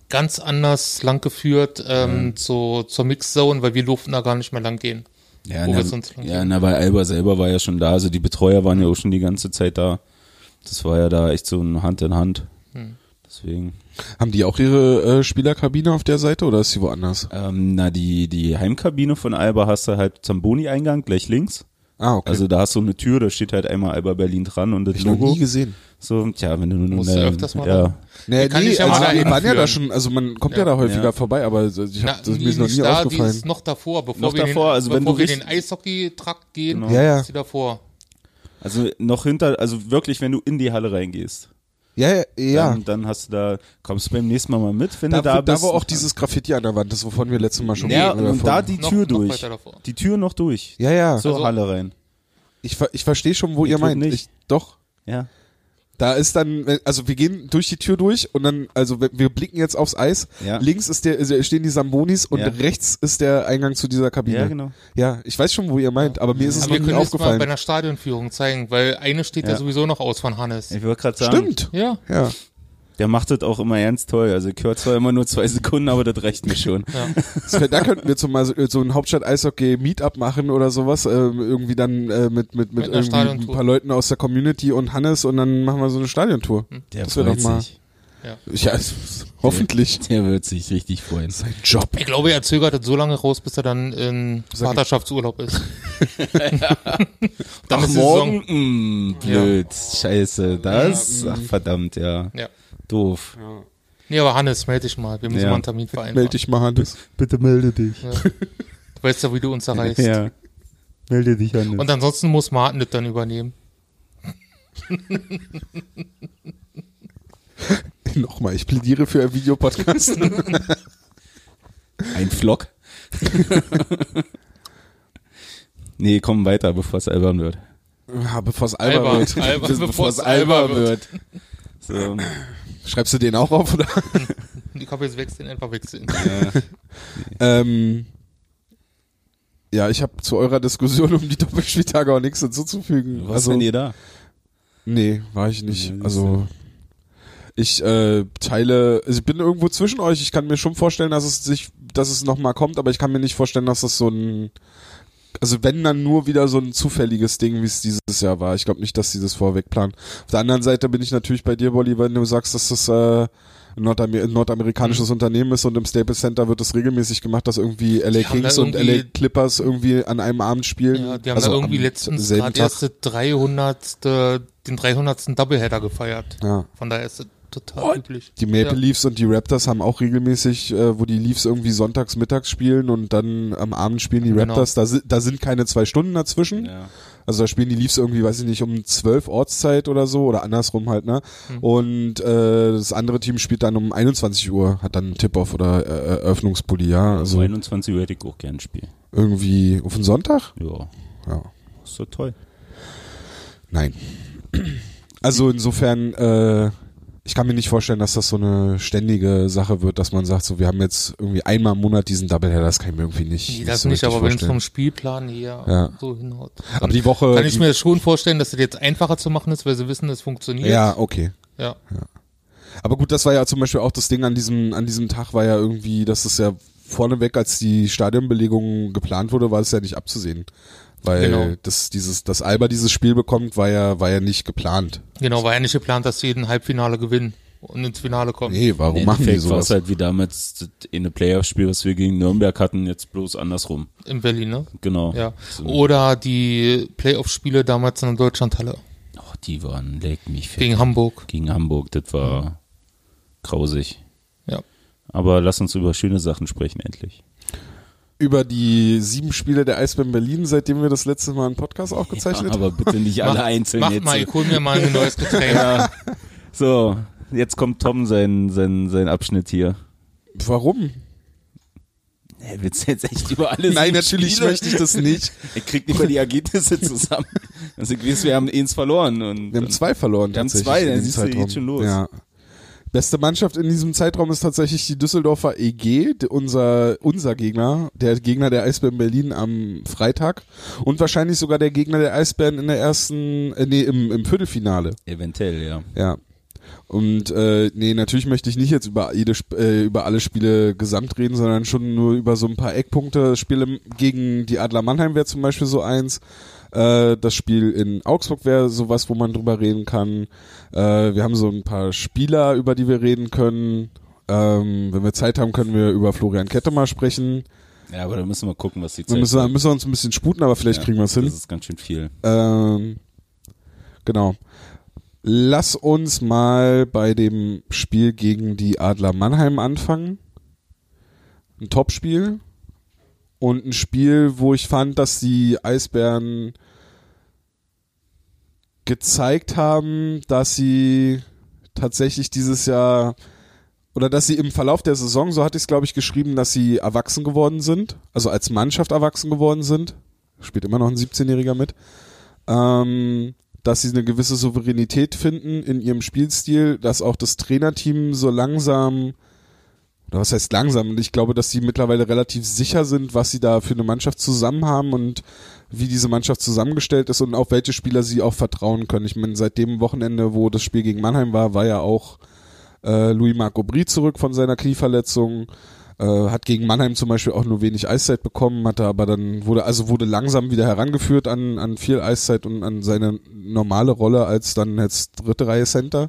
ganz anders lang geführt zur Mixzone, weil wir durften da gar nicht mehr lang gehen. Ja, wo wir sonst lang gehen. weil Alba selber war ja schon da, also die Betreuer waren ja auch schon die ganze Zeit da. Das war ja da echt so ein Hand in Hand. Deswegen. Haben die auch ihre Spielerkabine auf der Seite oder ist sie woanders? Die Heimkabine von Alba hast du halt Zamboni-Eingang, gleich links. Ah, okay. Also da hast du eine Tür, da steht halt einmal Alba Berlin dran und das Hab ich noch Logo. nie gesehen. So, tja, wenn du nur Musst du öfters mal ja. rein. Nee, Kann ich ja mal also da wir waren ja hinführen. da schon, also man kommt ja da häufiger Ja. vorbei, aber das ist mir noch nie Die aufgefallen. ist noch davor, bevor Noch wir davor, also wenn bevor du wir richtig- den Eishockey-Trakt gehen, Genau. Ja, ja. ist sie davor. Also noch hinter, also wirklich, wenn du in die Halle reingehst, Ja. dann hast du da, kommst du beim nächsten Mal mit, wenn Da, du da bist. da war auch dieses Graffiti an der Wand, das wovon wir letztes Mal schon Ja, oder und von- da die Noch- Tür noch durch. weiter davor. Die Tür noch durch. Ja, ja. So Also- Halle rein. Ich verstehe schon, wo ihr tut meint. nicht. Doch. Ja. Da ist dann, also wir gehen durch die Tür durch und dann, also wir blicken jetzt aufs Eis. Ja. Links stehen die Sambonis und Ja. rechts ist der Eingang zu dieser Kabine. Ja, genau. Ja, ich weiß schon, wo ihr meint, aber mir ist es Aber wir noch nie können es mal bei aufgefallen. einer Stadionführung zeigen, weil eine steht ja, Ja. sowieso noch aus von Hannes. Ich wollte gerade sagen, Stimmt. Ja, Ja. der macht das auch immer ernst toll. Also ich höre zwar immer nur 2 Sekunden, aber das reicht mir schon. Da könnten wir so ein Hauptstadt-Eishockey-Meetup machen oder sowas. Irgendwie dann mit einer irgendwie ein Stadiontour. paar Leuten aus der Community und Hannes und dann machen wir so eine Stadiontour. Der Das wär freut doch mal- sich. Ja, hoffentlich. Der wird sich richtig freuen. Sein Job. ich glaube, er zögert das so lange raus, bis er dann in Vaterschaftsurlaub ist. Dann Ach, ist die morgen? Saison. Blöd. Scheiße. Das? Ach, verdammt, ja. Ja. Doof. Nee, aber Hannes, melde dich mal. Wir müssen Ja. mal einen Termin vereinbaren. Meld dich mal, Hannes. Bitte melde dich. Ja. Du weißt ja, wie du uns erreichst. Ja. Melde dich an. Und ansonsten muss Martin das dann übernehmen. Nochmal, ich plädiere für einen Videopodcast. Ein Vlog. Nee, komm weiter, bevor es albern wird. Ja, bevor es albern wird. Bevor es albern wird. So. Schreibst du den auch auf, oder? Ich habe jetzt wechseln, einfach wechseln. Ja, ich habe zu eurer Diskussion um die Doppelspieltage auch nichts hinzuzufügen. Was denn ihr da? Nee, war ich nicht. Nee, Also ich teile, also ich bin irgendwo zwischen euch. Ich kann mir schon vorstellen, dass es nochmal kommt, aber ich kann mir nicht vorstellen, dass das so ein, also wenn dann nur wieder so ein zufälliges Ding, wie es dieses Jahr war. Ich glaube nicht, dass sie das vorweg planen. Auf der anderen Seite bin ich natürlich bei dir, Bolli, wenn du sagst, dass das ein nordamerikanisches Unternehmen ist und im Staples Center wird das regelmäßig gemacht, dass irgendwie LA Die haben Kings da und irgendwie- LA Clippers irgendwie an einem Abend spielen. Ja, die haben also da irgendwie am letztens selben gerade Tag. erst den 300. Doubleheader gefeiert. Ja. Von daher ist das total üblich. Die Maple Ja. Leafs und die Raptors haben auch regelmäßig, wo die Leafs irgendwie sonntags, mittags spielen und dann am Abend spielen die Genau. Raptors. Da sind keine 2 Stunden dazwischen. Ja. Also da spielen die Leafs irgendwie, weiß ich nicht, um 12 Ortszeit oder so oder andersrum halt, ne? Und das andere Team spielt dann um 21 Uhr, hat dann einen Tip-Off oder Eröffnungspulli, ja. Also Also 21 Uhr hätte ich auch gern spielen. irgendwie auf den Sonntag? Ja, Ja. ist doch toll. Nein. Also insofern, ich kann mir nicht vorstellen, dass das so eine ständige Sache wird, dass man sagt, so wir haben jetzt irgendwie einmal im Monat diesen Doubleheader, das kann ich mir irgendwie nicht. Nee, das so nicht, richtig aber wenn es vorstellen. vom Spielplan her Ja. so hinhaut. Aber die Woche. Kann ich mir schon vorstellen, dass das jetzt einfacher zu machen ist, weil sie wissen, es funktioniert. Ja, okay. Ja. Aber gut, das war ja zum Beispiel auch das Ding an diesem Tag war ja irgendwie, dass es ja vorneweg, als die Stadionbelegung geplant wurde, war es ja nicht abzusehen. Weil Genau. dass Alba dieses Spiel bekommt, war ja nicht geplant. Genau, war ja nicht geplant, dass sie ein Halbfinale gewinnen und ins Finale kommen. Nee, warum Im machen die Endeffekt war es sowas? halt wie damals das eine Playoff-Spiel, was wir gegen Nürnberg hatten, jetzt bloß andersrum. In Berlin, ne? Genau. Ja. So. Oder die Playoff-Spiele damals in der Deutschlandhalle Oh, die waren, leck mich fett. gegen Hamburg. Gegen Hamburg, das war grausig. Ja. Aber lass uns über schöne Sachen sprechen, endlich. Über die 7 Spiele der Eisbären Berlin, seitdem wir das letzte Mal einen Podcast aufgezeichnet haben. Aber bitte nicht alle einzeln Mach jetzt. mal, ich hol mir mal ein neues Getränk. Ja. So, jetzt kommt Tom sein Abschnitt hier. Warum? Willst du jetzt echt über alles Nein, natürlich möchte ich das nicht. Er kriegt nicht mal die Ergebnisse zusammen. Also ich weiß, wir haben eins verloren. Und Wir haben 2 verloren Wir haben tatsächlich. 2, in dann dem siehst du, Zeitraum. geht schon los. Ja. Beste Mannschaft in diesem Zeitraum ist tatsächlich die Düsseldorfer EG, unser Gegner, der Gegner der Eisbären Berlin am Freitag und wahrscheinlich sogar der Gegner der Eisbären in der im Viertelfinale. Eventuell, ja. Ja. Und nee, natürlich möchte ich nicht jetzt über alle Spiele gesamt reden, sondern schon nur über so ein paar Eckpunkte. Das Spiel gegen die Adler Mannheim wäre zum Beispiel so eins. Das Spiel in Augsburg wäre sowas, wo man drüber reden kann. Wir haben so ein paar Spieler, über die wir reden können. Wenn wir Zeit haben, können wir über Florian Kette mal sprechen. Ja, aber da müssen wir gucken, was die Zeit müssen wir uns ein bisschen sputen, aber vielleicht kriegen wir es hin. Das ist ganz schön viel. Genau. Lass uns mal bei dem Spiel gegen die Adler Mannheim anfangen. Ein Topspiel. Und ein Spiel, wo ich fand, dass die Eisbären gezeigt haben, dass sie tatsächlich dieses Jahr, oder dass sie im Verlauf der Saison, so hatte ich es glaube ich geschrieben, dass sie erwachsen geworden sind, also als Mannschaft erwachsen geworden sind, spielt immer noch ein 17-Jähriger mit, dass sie eine gewisse Souveränität finden in ihrem Spielstil, dass auch das Trainerteam so langsam, oder was heißt langsam, ich glaube, dass sie mittlerweile relativ sicher sind, was sie da für eine Mannschaft zusammen haben und wie diese Mannschaft zusammengestellt ist und auf welche Spieler sie auch vertrauen können. Ich meine, seit dem Wochenende, wo das Spiel gegen Mannheim war ja auch Louis-Marc Aubry zurück von seiner Knieverletzung, hat gegen Mannheim zum Beispiel auch nur wenig Eiszeit bekommen, hatte aber dann wurde langsam wieder herangeführt an viel Eiszeit und an seine normale Rolle als dann jetzt dritte Reihe Center.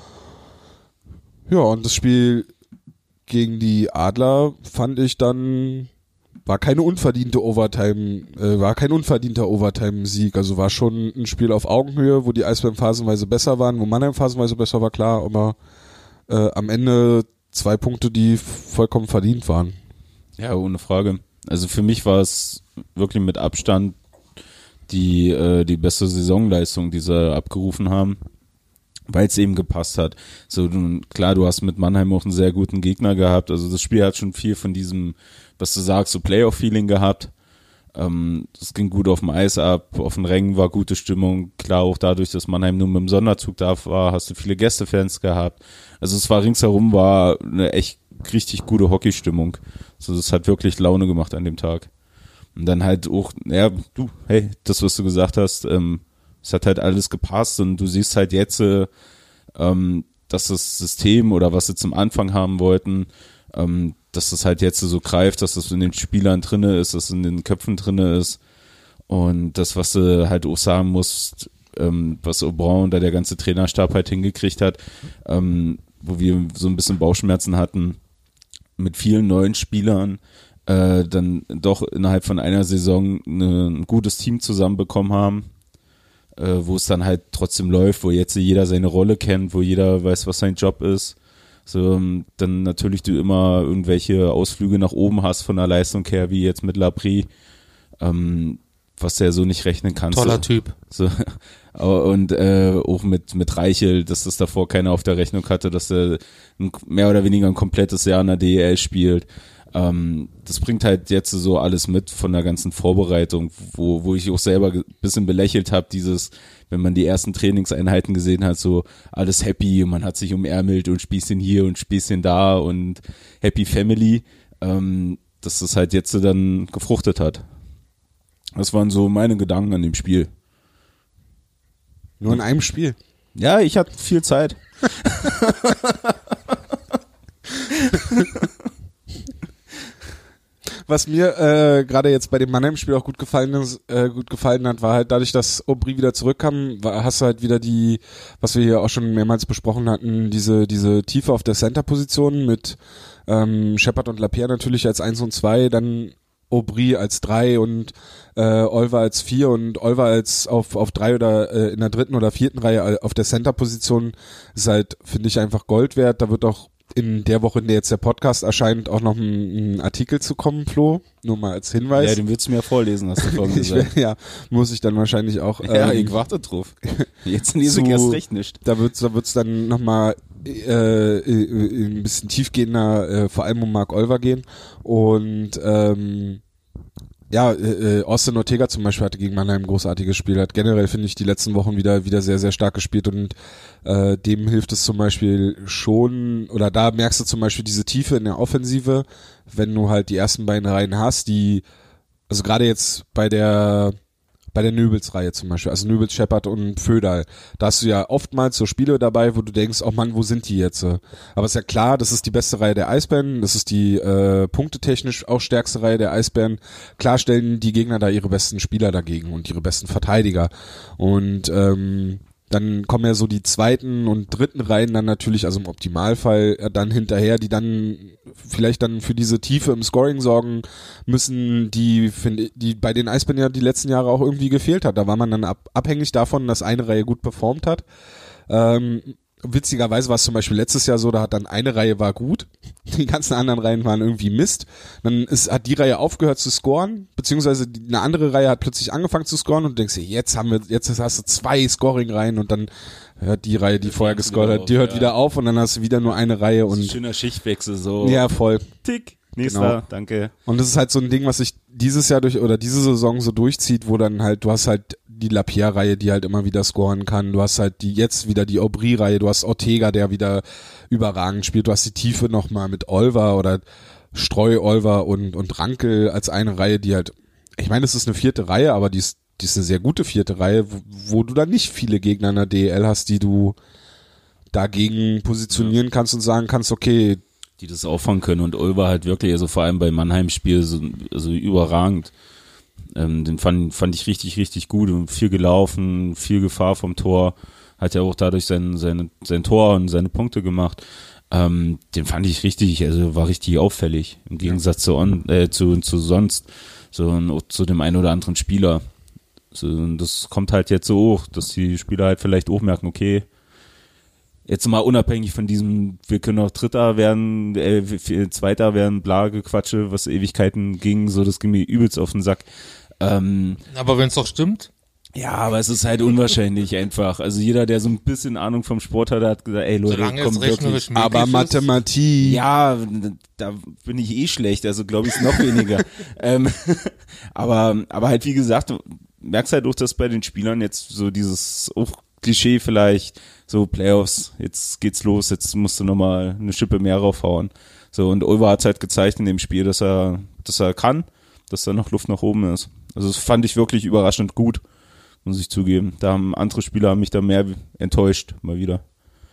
Ja, und das Spiel gegen die Adler fand ich dann, war kein unverdienter Overtime-Sieg, also war schon ein Spiel auf Augenhöhe, wo die Eisbären phasenweise besser waren, wo Mannheim phasenweise besser war, klar, aber am Ende 2 Punkte, die vollkommen verdient waren. Ja, ohne Frage. Also für mich war es wirklich mit Abstand die beste Saisonleistung, die sie abgerufen haben, weil es eben gepasst hat. So, klar, du hast mit Mannheim auch einen sehr guten Gegner gehabt. Also das Spiel hat schon viel von diesem, was du sagst, so Playoff-Feeling gehabt. Das ging gut auf dem Eis ab, auf den Rängen war gute Stimmung. Klar, auch dadurch, dass Mannheim nur mit dem Sonderzug da war, hast du viele Gästefans gehabt. Also es war ringsherum eine echt richtig gute Hockeystimmung. Also das hat wirklich Laune gemacht an dem Tag. Und dann halt auch, das, was du gesagt hast, es hat halt alles gepasst und du siehst halt jetzt, dass das System oder was sie zum Anfang haben wollten, dass das halt jetzt so greift, dass das in den Spielern drinne ist, dass es in den Köpfen drinne ist und das, was du halt auch sagen musst, was Aubry und da der ganze Trainerstab halt hingekriegt hat, wo wir so ein bisschen Bauchschmerzen hatten mit vielen neuen Spielern, dann doch innerhalb von einer Saison ein gutes Team zusammenbekommen haben, wo es dann halt trotzdem läuft, wo jetzt jeder seine Rolle kennt, wo jeder weiß, was sein Job ist. So, dann natürlich du immer irgendwelche Ausflüge nach oben hast von der Leistung her, wie jetzt mit Labrie, was du ja so nicht rechnen kannst. Toller Typ. So, und auch mit Reichel, dass das davor keiner auf der Rechnung hatte, dass er mehr oder weniger ein komplettes Jahr in der DEL spielt. Das bringt halt jetzt so alles mit von der ganzen Vorbereitung, wo ich auch selber ein bisschen belächelt habe, wenn man die ersten Trainingseinheiten gesehen hat, so alles happy und man hat sich umärmelt und Spießchen hier und Spießchen da und Happy Family, dass das halt jetzt dann gefruchtet hat. Das waren so meine Gedanken an dem Spiel. Nur in einem Spiel? Ja, ich hatte viel Zeit. Was mir gerade jetzt bei dem Mannheim-Spiel auch gut gefallen hat, war halt dadurch, dass Aubry wieder zurückkam, hast du halt wieder was wir hier auch schon mehrmals besprochen hatten, diese Tiefe auf der Center-Position mit Shepard und Lapierre natürlich als 1 und 2, dann Aubry als 3 und Olver als 4 und Olver als auf 3 oder in der 3. oder 4. Reihe auf der Center-Position ist halt, finde ich, einfach Gold wert. Da wird auch in der Woche, in der jetzt der Podcast erscheint, auch noch ein Artikel zu kommen, Flo. Nur mal als Hinweis. Ja, den willst du mir ja vorlesen, hast du vorhin gesagt. Ja, muss ich dann wahrscheinlich auch. Ja, ich warte drauf. Jetzt lese ich erst recht nicht. Da wird's dann nochmal ein bisschen tiefgehender, vor allem um Marc Olver gehen. Und Austin Ortega zum Beispiel hatte gegen Mannheim ein großartiges Spiel. Hat generell, finde ich, die letzten Wochen wieder sehr, sehr stark gespielt und dem hilft es zum Beispiel schon, oder da merkst du zum Beispiel diese Tiefe in der Offensive, wenn du halt die ersten beiden Reihen hast, also gerade jetzt bei der Bei der Nöbels-Reihe zum Beispiel, also Nöbels, Shepard und Föderl. Da hast du ja oftmals so Spiele dabei, wo du denkst, oh Mann, wo sind die jetzt? Aber ist ja klar, das ist die beste Reihe der Eisbären, das ist die punktetechnisch auch stärkste Reihe der Eisbären. Klar stellen die Gegner da ihre besten Spieler dagegen und ihre besten Verteidiger. Und dann kommen ja so die zweiten und dritten Reihen dann natürlich, also im Optimalfall dann hinterher, die dann vielleicht dann für diese Tiefe im Scoring sorgen müssen, die bei den Eisbären ja die letzten Jahre auch irgendwie gefehlt hat. Da war man dann abhängig davon, dass eine Reihe gut performt hat. Witzigerweise war es zum Beispiel letztes Jahr so, da hat dann eine Reihe war gut, die ganzen anderen Reihen waren irgendwie Mist. Dann hat die Reihe aufgehört zu scoren, beziehungsweise eine andere Reihe hat plötzlich angefangen zu scoren und du denkst dir, jetzt hast du 2 Scoring-Reihen und dann hört die Reihe, die vorher gescored hat, die hört wieder auf und dann hast du wieder nur eine Reihe und schöner Schichtwechsel so. Ja, voll. Tick. Nächster, genau. Danke. Und das ist halt so ein Ding, was sich dieses Jahr diese Saison so durchzieht, wo dann halt, du hast halt die Lapierre-Reihe, die halt immer wieder scoren kann, du hast halt jetzt wieder die Aubry-Reihe, du hast Ortega, der wieder überragend spielt, du hast die Tiefe nochmal mit Olver oder Streu, Olver und Rankel als eine Reihe, die halt, ich meine, es ist eine 4. Reihe, aber die ist eine sehr gute 4. Reihe, wo du dann nicht viele Gegner in der DEL hast, die du dagegen positionieren kannst und sagen kannst, okay, die das auffangen können und Olver halt wirklich, also vor allem beim Mannheim-Spiel also überragend. Den fand ich richtig, richtig gut und viel gelaufen, viel Gefahr vom Tor, hat ja auch dadurch sein Tor und seine Punkte gemacht. Den fand ich richtig, also war richtig auffällig, im Gegensatz zu sonst, so und auch zu dem einen oder anderen Spieler. So, und das kommt halt jetzt so hoch, dass die Spieler halt vielleicht auch merken, okay, jetzt mal unabhängig von diesem, wir können auch Dritter werden, Zweiter werden, bla Gequatsche, was Ewigkeiten ging, so, das ging mir übelst auf den Sack. Aber wenn es doch stimmt? Ja, aber es ist halt unwahrscheinlich einfach. Also jeder, der so ein bisschen Ahnung vom Sport hat gesagt, ey Leute, solange komm es rechnerisch wirklich. möglich aber ist. Mathematik. Ja, da bin ich eh schlecht, also glaube ich es noch weniger. Aber halt wie gesagt, du merkst halt auch, dass bei den Spielern jetzt so dieses auch Klischee vielleicht, so Playoffs, jetzt geht's los, jetzt musst du nochmal eine Schippe mehr raufhauen. So, und Olver hat halt gezeigt in dem Spiel, dass er kann, dass da noch Luft nach oben ist. Also das fand ich wirklich überraschend gut, muss ich zugeben. Da haben andere Spieler mich da mehr enttäuscht, mal wieder.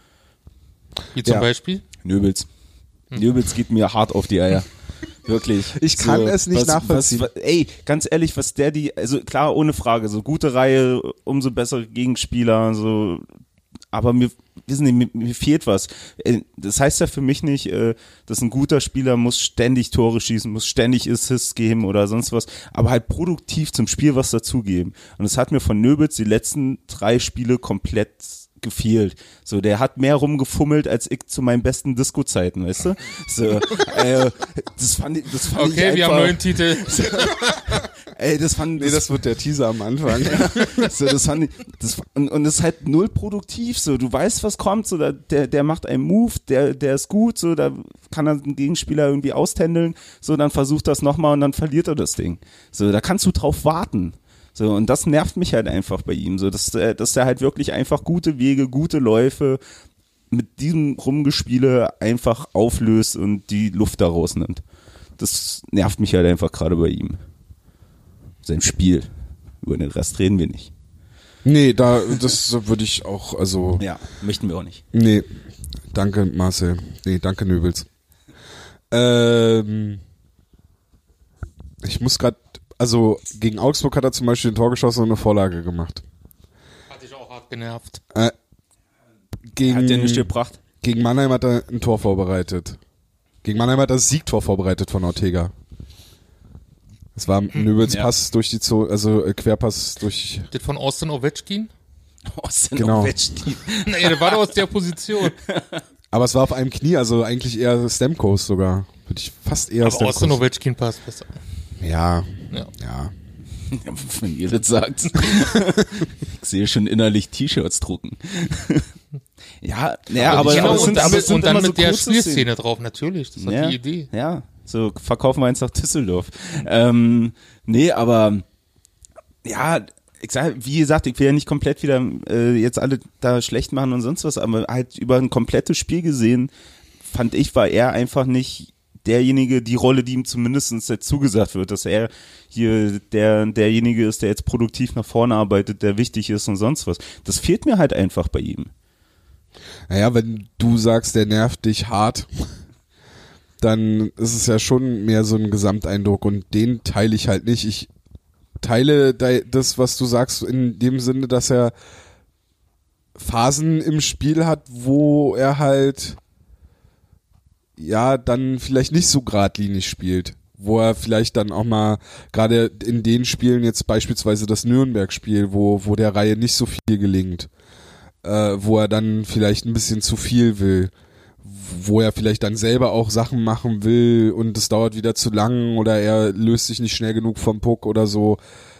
Wie zum Beispiel? Nöbels. Nöbels geht mir hart auf die Eier. Wirklich. Ich kann es nicht nachvollziehen. Ey, ganz ehrlich, also klar, ohne Frage, so gute Reihe, umso bessere Gegenspieler, so, aber mir fehlt was. Das heißt ja für mich nicht, dass ein guter Spieler muss ständig Tore schießen, muss ständig Assists geben oder sonst was, aber halt produktiv zum Spiel was dazugeben. Und das hat mir von Nöbels die letzten 3 Spiele komplett gefehlt. So, der hat mehr rumgefummelt als ich zu meinen besten Disco-Zeiten, weißt du? So, das fand ich einfach. Okay, wir haben einen neuen Titel. Das wird der Teaser am Anfang. So, und das ist halt null produktiv, so, du weißt, was kommt, so, der macht einen Move, der ist gut, so, da kann er den Gegenspieler irgendwie auständeln, so, dann versucht das nochmal und dann verliert er das Ding. So, da kannst du drauf warten. So, und das nervt mich halt einfach bei ihm, so, dass er halt wirklich einfach gute Wege, gute Läufe mit diesem Rumgespiele einfach auflöst und die Luft da rausnimmt. Das nervt mich halt einfach gerade bei ihm. Sein Spiel. Über den Rest reden wir nicht. Nee, das würde ich auch, also. Ja, möchten wir auch nicht. Nee, danke Marcel. Nee, danke Nöbels. Ich muss gerade, also gegen Augsburg hat er zum Beispiel ein Tor geschossen und eine Vorlage gemacht. Hat dich auch hart genervt. Hat der nicht gebracht? Gegen Mannheim hat er ein Tor vorbereitet. Gegen Mannheim hat er das Siegtor vorbereitet von Ortega. Es war Nöbels Pass durch die Zone, also Querpass durch. Das von Austin Ovechkin? Ovechkin. Nee, der war doch aus der Position. Aber es war auf einem Knie, also eigentlich eher Stamkos sogar. Würde ich fast eher Aber Stamkos. Austin Ovechkin passt besser. Ja. Wenn ihr das sagt. Ich sehe schon innerlich T-Shirts drucken. aber dann mit der Spielszene Spielszene drauf, natürlich. Das war die Idee. Ja, so verkaufen wir eins nach Düsseldorf. Aber ja, wie gesagt, ich will ja nicht komplett wieder jetzt alle da schlecht machen und sonst was, aber halt über ein komplettes Spiel gesehen, fand ich, war er einfach nicht derjenige, die Rolle, die ihm zumindest jetzt zugesagt wird, dass er hier derjenige ist, der jetzt produktiv nach vorne arbeitet, der wichtig ist und sonst was. Das fehlt mir halt einfach bei ihm. Naja, wenn du sagst, der nervt dich hart, dann ist es ja schon mehr so ein Gesamteindruck und den teile ich halt nicht. Ich teile das, was du sagst, in dem Sinne, dass er Phasen im Spiel hat, wo er halt ja dann vielleicht nicht so geradlinig spielt. Wo er vielleicht dann auch mal, gerade in den Spielen jetzt beispielsweise das Nürnberg-Spiel, wo der Reihe nicht so viel gelingt, wo er dann vielleicht ein bisschen zu viel will, wo er vielleicht dann selber auch Sachen machen will und es dauert wieder zu lang oder er löst sich nicht schnell genug vom Puck oder so.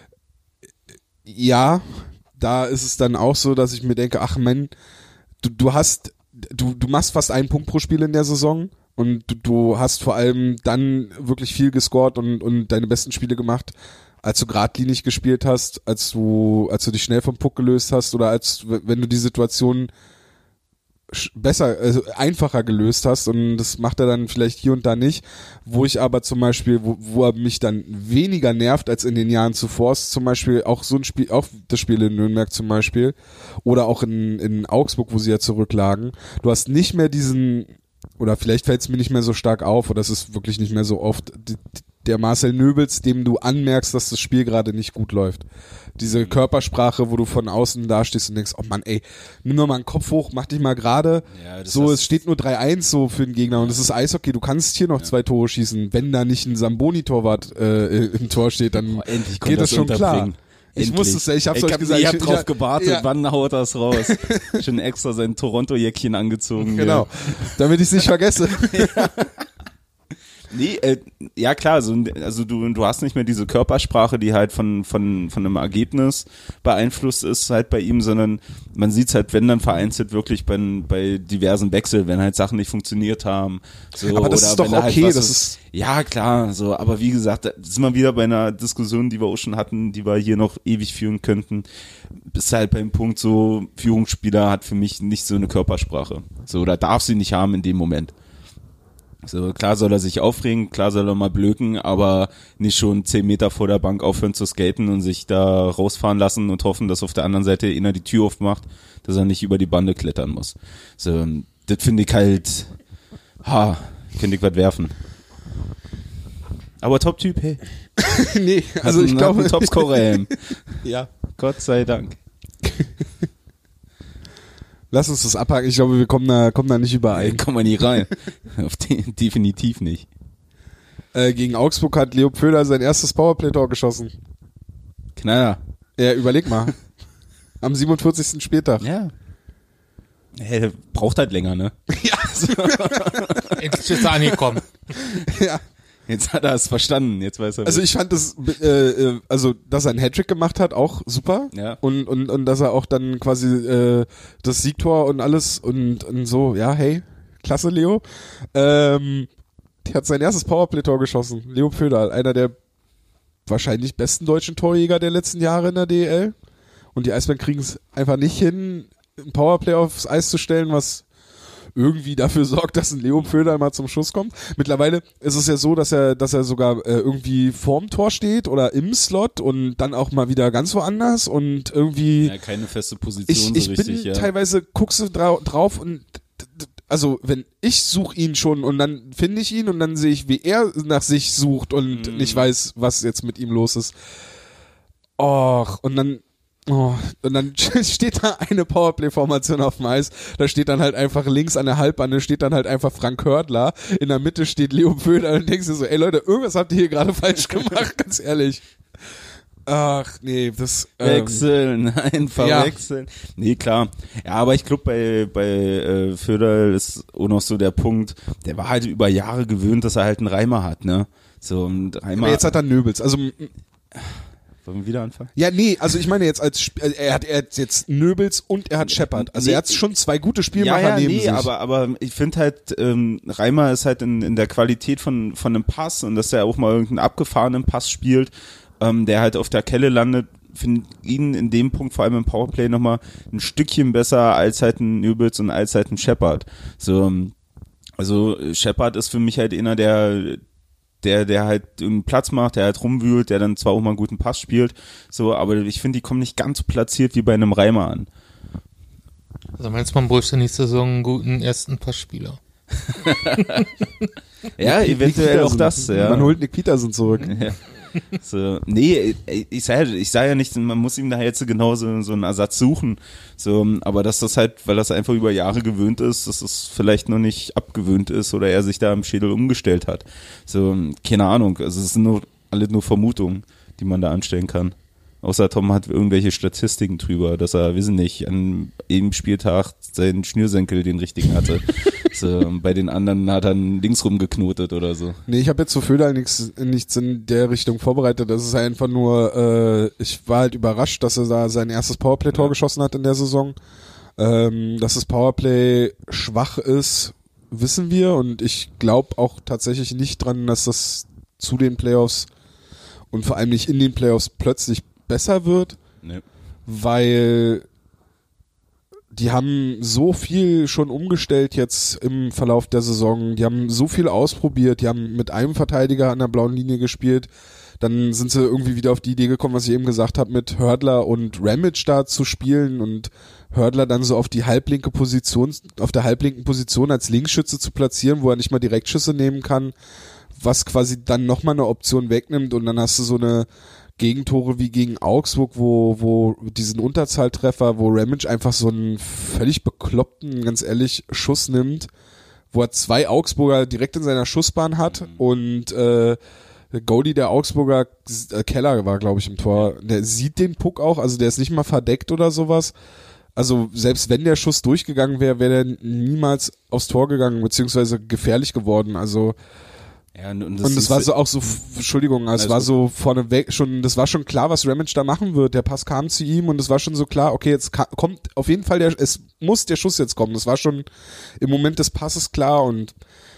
Ja, da ist es dann auch so, dass ich mir denke, ach Mann, du machst fast einen Punkt pro Spiel in der Saison und du hast vor allem dann wirklich viel gescored und deine besten Spiele gemacht, als du geradlinig gespielt hast, als du dich schnell vom Puck gelöst hast oder wenn du die Situation einfacher gelöst hast und das macht er dann vielleicht hier und da nicht, wo ich aber zum Beispiel, wo er mich dann weniger nervt als in den Jahren zuvor, ist zum Beispiel auch so ein Spiel, auch das Spiel in Nürnberg zum Beispiel oder auch in Augsburg, wo sie ja zurücklagen. Du hast nicht mehr diesen, oder vielleicht fällt es mir nicht mehr so stark auf oder es ist wirklich nicht mehr so oft, der Marcel Nöbels, dem du anmerkst, dass das Spiel gerade nicht gut läuft. Diese Körpersprache, wo du von außen da stehst und denkst, oh Mann, ey, nimm doch mal einen Kopf hoch, mach dich mal gerade. Ja, so, es steht nur 3-1 so für den Gegner und es ist Eishockey, du kannst hier noch 2 Tore schießen. Wenn da nicht ein Samboni-Torwart im Tor steht, dann geht das schon klar. Ich wusste es ja, ich hab's euch gesagt. Ich hab drauf gewartet, wann haut das raus? Schon extra sein Toronto-Jäckchen angezogen. Genau, damit ich es nicht vergesse. Ja. Nee, ja klar, also du hast nicht mehr diese Körpersprache, die halt von einem Ergebnis beeinflusst ist halt bei ihm, sondern man sieht's halt, wenn dann vereinzelt wirklich bei diversen Wechseln, wenn halt Sachen nicht funktioniert haben. So, aber das oder ist doch wenn okay, halt das ist ja klar, so, aber wie gesagt, da sind wir wieder bei einer Diskussion, die wir auch schon hatten, die wir hier noch ewig führen könnten. Ist halt beim Punkt so, Führungsspieler hat für mich nicht so eine Körpersprache. So, oder darf sie nicht haben in dem Moment. So, klar soll er sich aufregen, klar soll er mal blöken, aber nicht schon 10 Meter vor der Bank aufhören zu skaten und sich da rausfahren lassen und hoffen, dass auf der anderen Seite einer die Tür aufmacht, dass er nicht über die Bande klettern muss. So, das finde ich halt, könnte ich was werfen. Aber Top-Typ, hey. Nee, also ich glaube. Topscorer. Ja. Gott sei Dank. Lass uns das abhaken. Ich glaube, wir kommen da nicht überein. Kommen wir nie rein. Definitiv nicht. Gegen Augsburg hat Leo Pföder sein erstes Powerplay-Tor geschossen. Knaller. Ja, überleg mal. Am 47. Spieltag. Ja. Der braucht halt länger, ne? Ja. Endlich ist er angekommen. Ja. Jetzt hat er es verstanden, jetzt weiß er. Also ich fand das, dass er einen Hattrick gemacht hat, auch super. Ja. Und dass er auch dann quasi das Siegtor und alles und so, ja, hey, klasse Leo. Der hat sein erstes Powerplay-Tor geschossen. Leo Pföder, einer der wahrscheinlich besten deutschen Torjäger der letzten Jahre in der DEL. Und die Eisbären kriegen es einfach nicht hin, ein Powerplay aufs Eis zu stellen, was irgendwie dafür sorgt, dass ein Leo Pföder mal zum Schuss kommt. Mittlerweile ist es ja so, dass er sogar irgendwie vorm Tor steht oder im Slot und dann auch mal wieder ganz woanders und irgendwie. Ja, keine feste Position ich so richtig. Ich bin ja. teilweise guckst du drauf und also wenn ich suche ihn schon und dann finde ich ihn und dann sehe ich, wie er nach sich sucht und nicht weiß, was jetzt mit ihm los ist. Und dann steht da eine Powerplay-Formation auf dem Eis. Da steht dann halt einfach links an der Halbbahn, steht dann halt einfach Frank Hördler. In der Mitte steht Leo Pföder und denkst dir so, ey Leute, irgendwas habt ihr hier gerade falsch gemacht, ganz ehrlich. Ach, nee, das... Wechseln, einfach wechseln. Nee, klar. Ja, aber ich glaube, bei Föderl ist auch noch so der Punkt, der war halt über Jahre gewöhnt, dass er halt einen Reimer hat, ne? So, und Reimer... Aber jetzt hat er Nöbels, also... Wollen wir wieder anfangen? Ja, nee, also ich meine jetzt er hat jetzt Nöbels und er hat Shepard. Also er hat schon 2 gute Spielmacher neben sich. Aber ich finde halt, Reimer ist halt in der Qualität von einem Pass und dass er auch mal irgendeinen abgefahrenen Pass spielt, der halt auf der Kelle landet, finde ihn in dem Punkt, vor allem im Powerplay, nochmal ein Stückchen besser als halt ein Nöbels und als halt ein Shepard. So, Also Shepard ist für mich halt einer, der halt einen Platz macht, der halt rumwühlt, der dann zwar auch mal einen guten Pass spielt, so, aber ich finde, die kommen nicht ganz so platziert wie bei einem Reimer an. Also meinst du, man bräuchte nächste Saison einen guten ersten Passspieler? Ja, eventuell auch das, ja. Man holt Nick Peterson zurück. Ja. So, nee, ich sag ja nicht, man muss ihm da jetzt genau so einen Ersatz suchen, so, aber dass das halt, weil das einfach über Jahre gewöhnt ist, dass es vielleicht noch nicht abgewöhnt ist oder er sich da im Schädel umgestellt hat. So, keine Ahnung, also es sind alle nur Vermutungen, die man da anstellen kann. Außer Tom hat irgendwelche Statistiken drüber, dass er, wissen nicht, an jedem Spieltag seinen Schnürsenkel den richtigen hatte. So, bei den anderen hat er links rumgeknotet oder so. Nee, ich habe jetzt zu Föderl nichts in der Richtung vorbereitet. Das ist einfach nur, ich war halt überrascht, dass er da sein erstes Powerplay-Tor geschossen hat in der Saison. Dass das Powerplay schwach ist, wissen wir. Und ich glaube auch tatsächlich nicht dran, dass das zu den Playoffs und vor allem nicht in den Playoffs plötzlich besser wird, nee. Weil die haben so viel schon umgestellt jetzt im Verlauf der Saison, die haben so viel ausprobiert, die haben mit einem Verteidiger an der blauen Linie gespielt, dann sind sie irgendwie wieder auf die Idee gekommen, was ich eben gesagt habe, mit Hördler und Ramage da zu spielen und Hördler dann so auf der halblinken Position als Linksschütze zu platzieren, wo er nicht mal Direktschüsse nehmen kann, was quasi dann nochmal eine Option wegnimmt und dann hast du so eine Gegentore wie gegen Augsburg, wo diesen Unterzahltreffer, wo Ramage einfach so einen völlig bekloppten, ganz ehrlich, Schuss nimmt, wo er 2 Augsburger direkt in seiner Schussbahn hat und Goalie der Augsburger, Keller war glaube ich im Tor, der sieht den Puck auch, also der ist nicht mal verdeckt oder sowas. Also selbst wenn der Schuss durchgegangen wäre, wäre der niemals aufs Tor gegangen, beziehungsweise gefährlich geworden, also ja, und es war so auch so, Entschuldigung, es war so vorneweg schon, das war schon klar, was Ramage da machen wird. Der Pass kam zu ihm und es war schon so klar, okay, jetzt kommt auf jeden Fall es muss der Schuss jetzt kommen. Das war schon im Moment des Passes klar und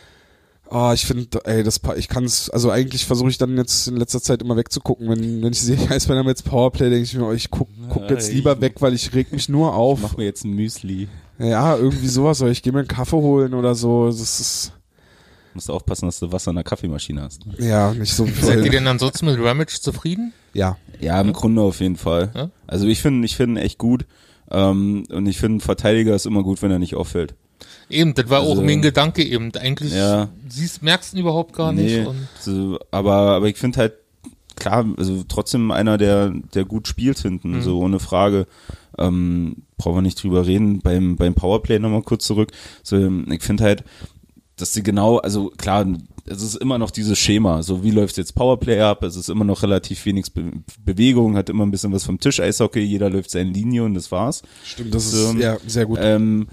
ich finde, ich kann es, also eigentlich versuche ich dann jetzt in letzter Zeit immer wegzugucken. Wenn ich sehe, Eisbären haben jetzt Powerplay, denke ich mir, ich guck jetzt lieber weg, weil ich reg mich nur auf. Ich mach mir jetzt ein Müsli. Ja, irgendwie sowas, oder ich gehe mir einen Kaffee holen oder so. Das ist. Musst du aufpassen, dass du Wasser in der Kaffeemaschine hast. Ja, nicht so viel. Seid ihr denn ansonsten mit Ramage zufrieden? Ja. Ja, im Grunde auf jeden Fall. Ja? Also ich finde ihn echt gut. Und ich finde, ein Verteidiger ist immer gut, wenn er nicht auffällt. Eben, das war auch mein Gedanke eben. Eigentlich merkst du ihn überhaupt gar nicht. Und so, aber ich finde halt, klar, also trotzdem einer, der gut spielt hinten, so ohne Frage. Brauchen wir nicht drüber reden. Beim Powerplay nochmal kurz zurück. So, ich finde halt, dass sie genau, also klar, es ist immer noch dieses Schema, so wie läuft jetzt Powerplay ab, es ist immer noch relativ wenig Bewegung, hat immer ein bisschen was vom Tisch-Eishockey, jeder läuft seine Linie und das war's. Stimmt, das ist ja sehr gut.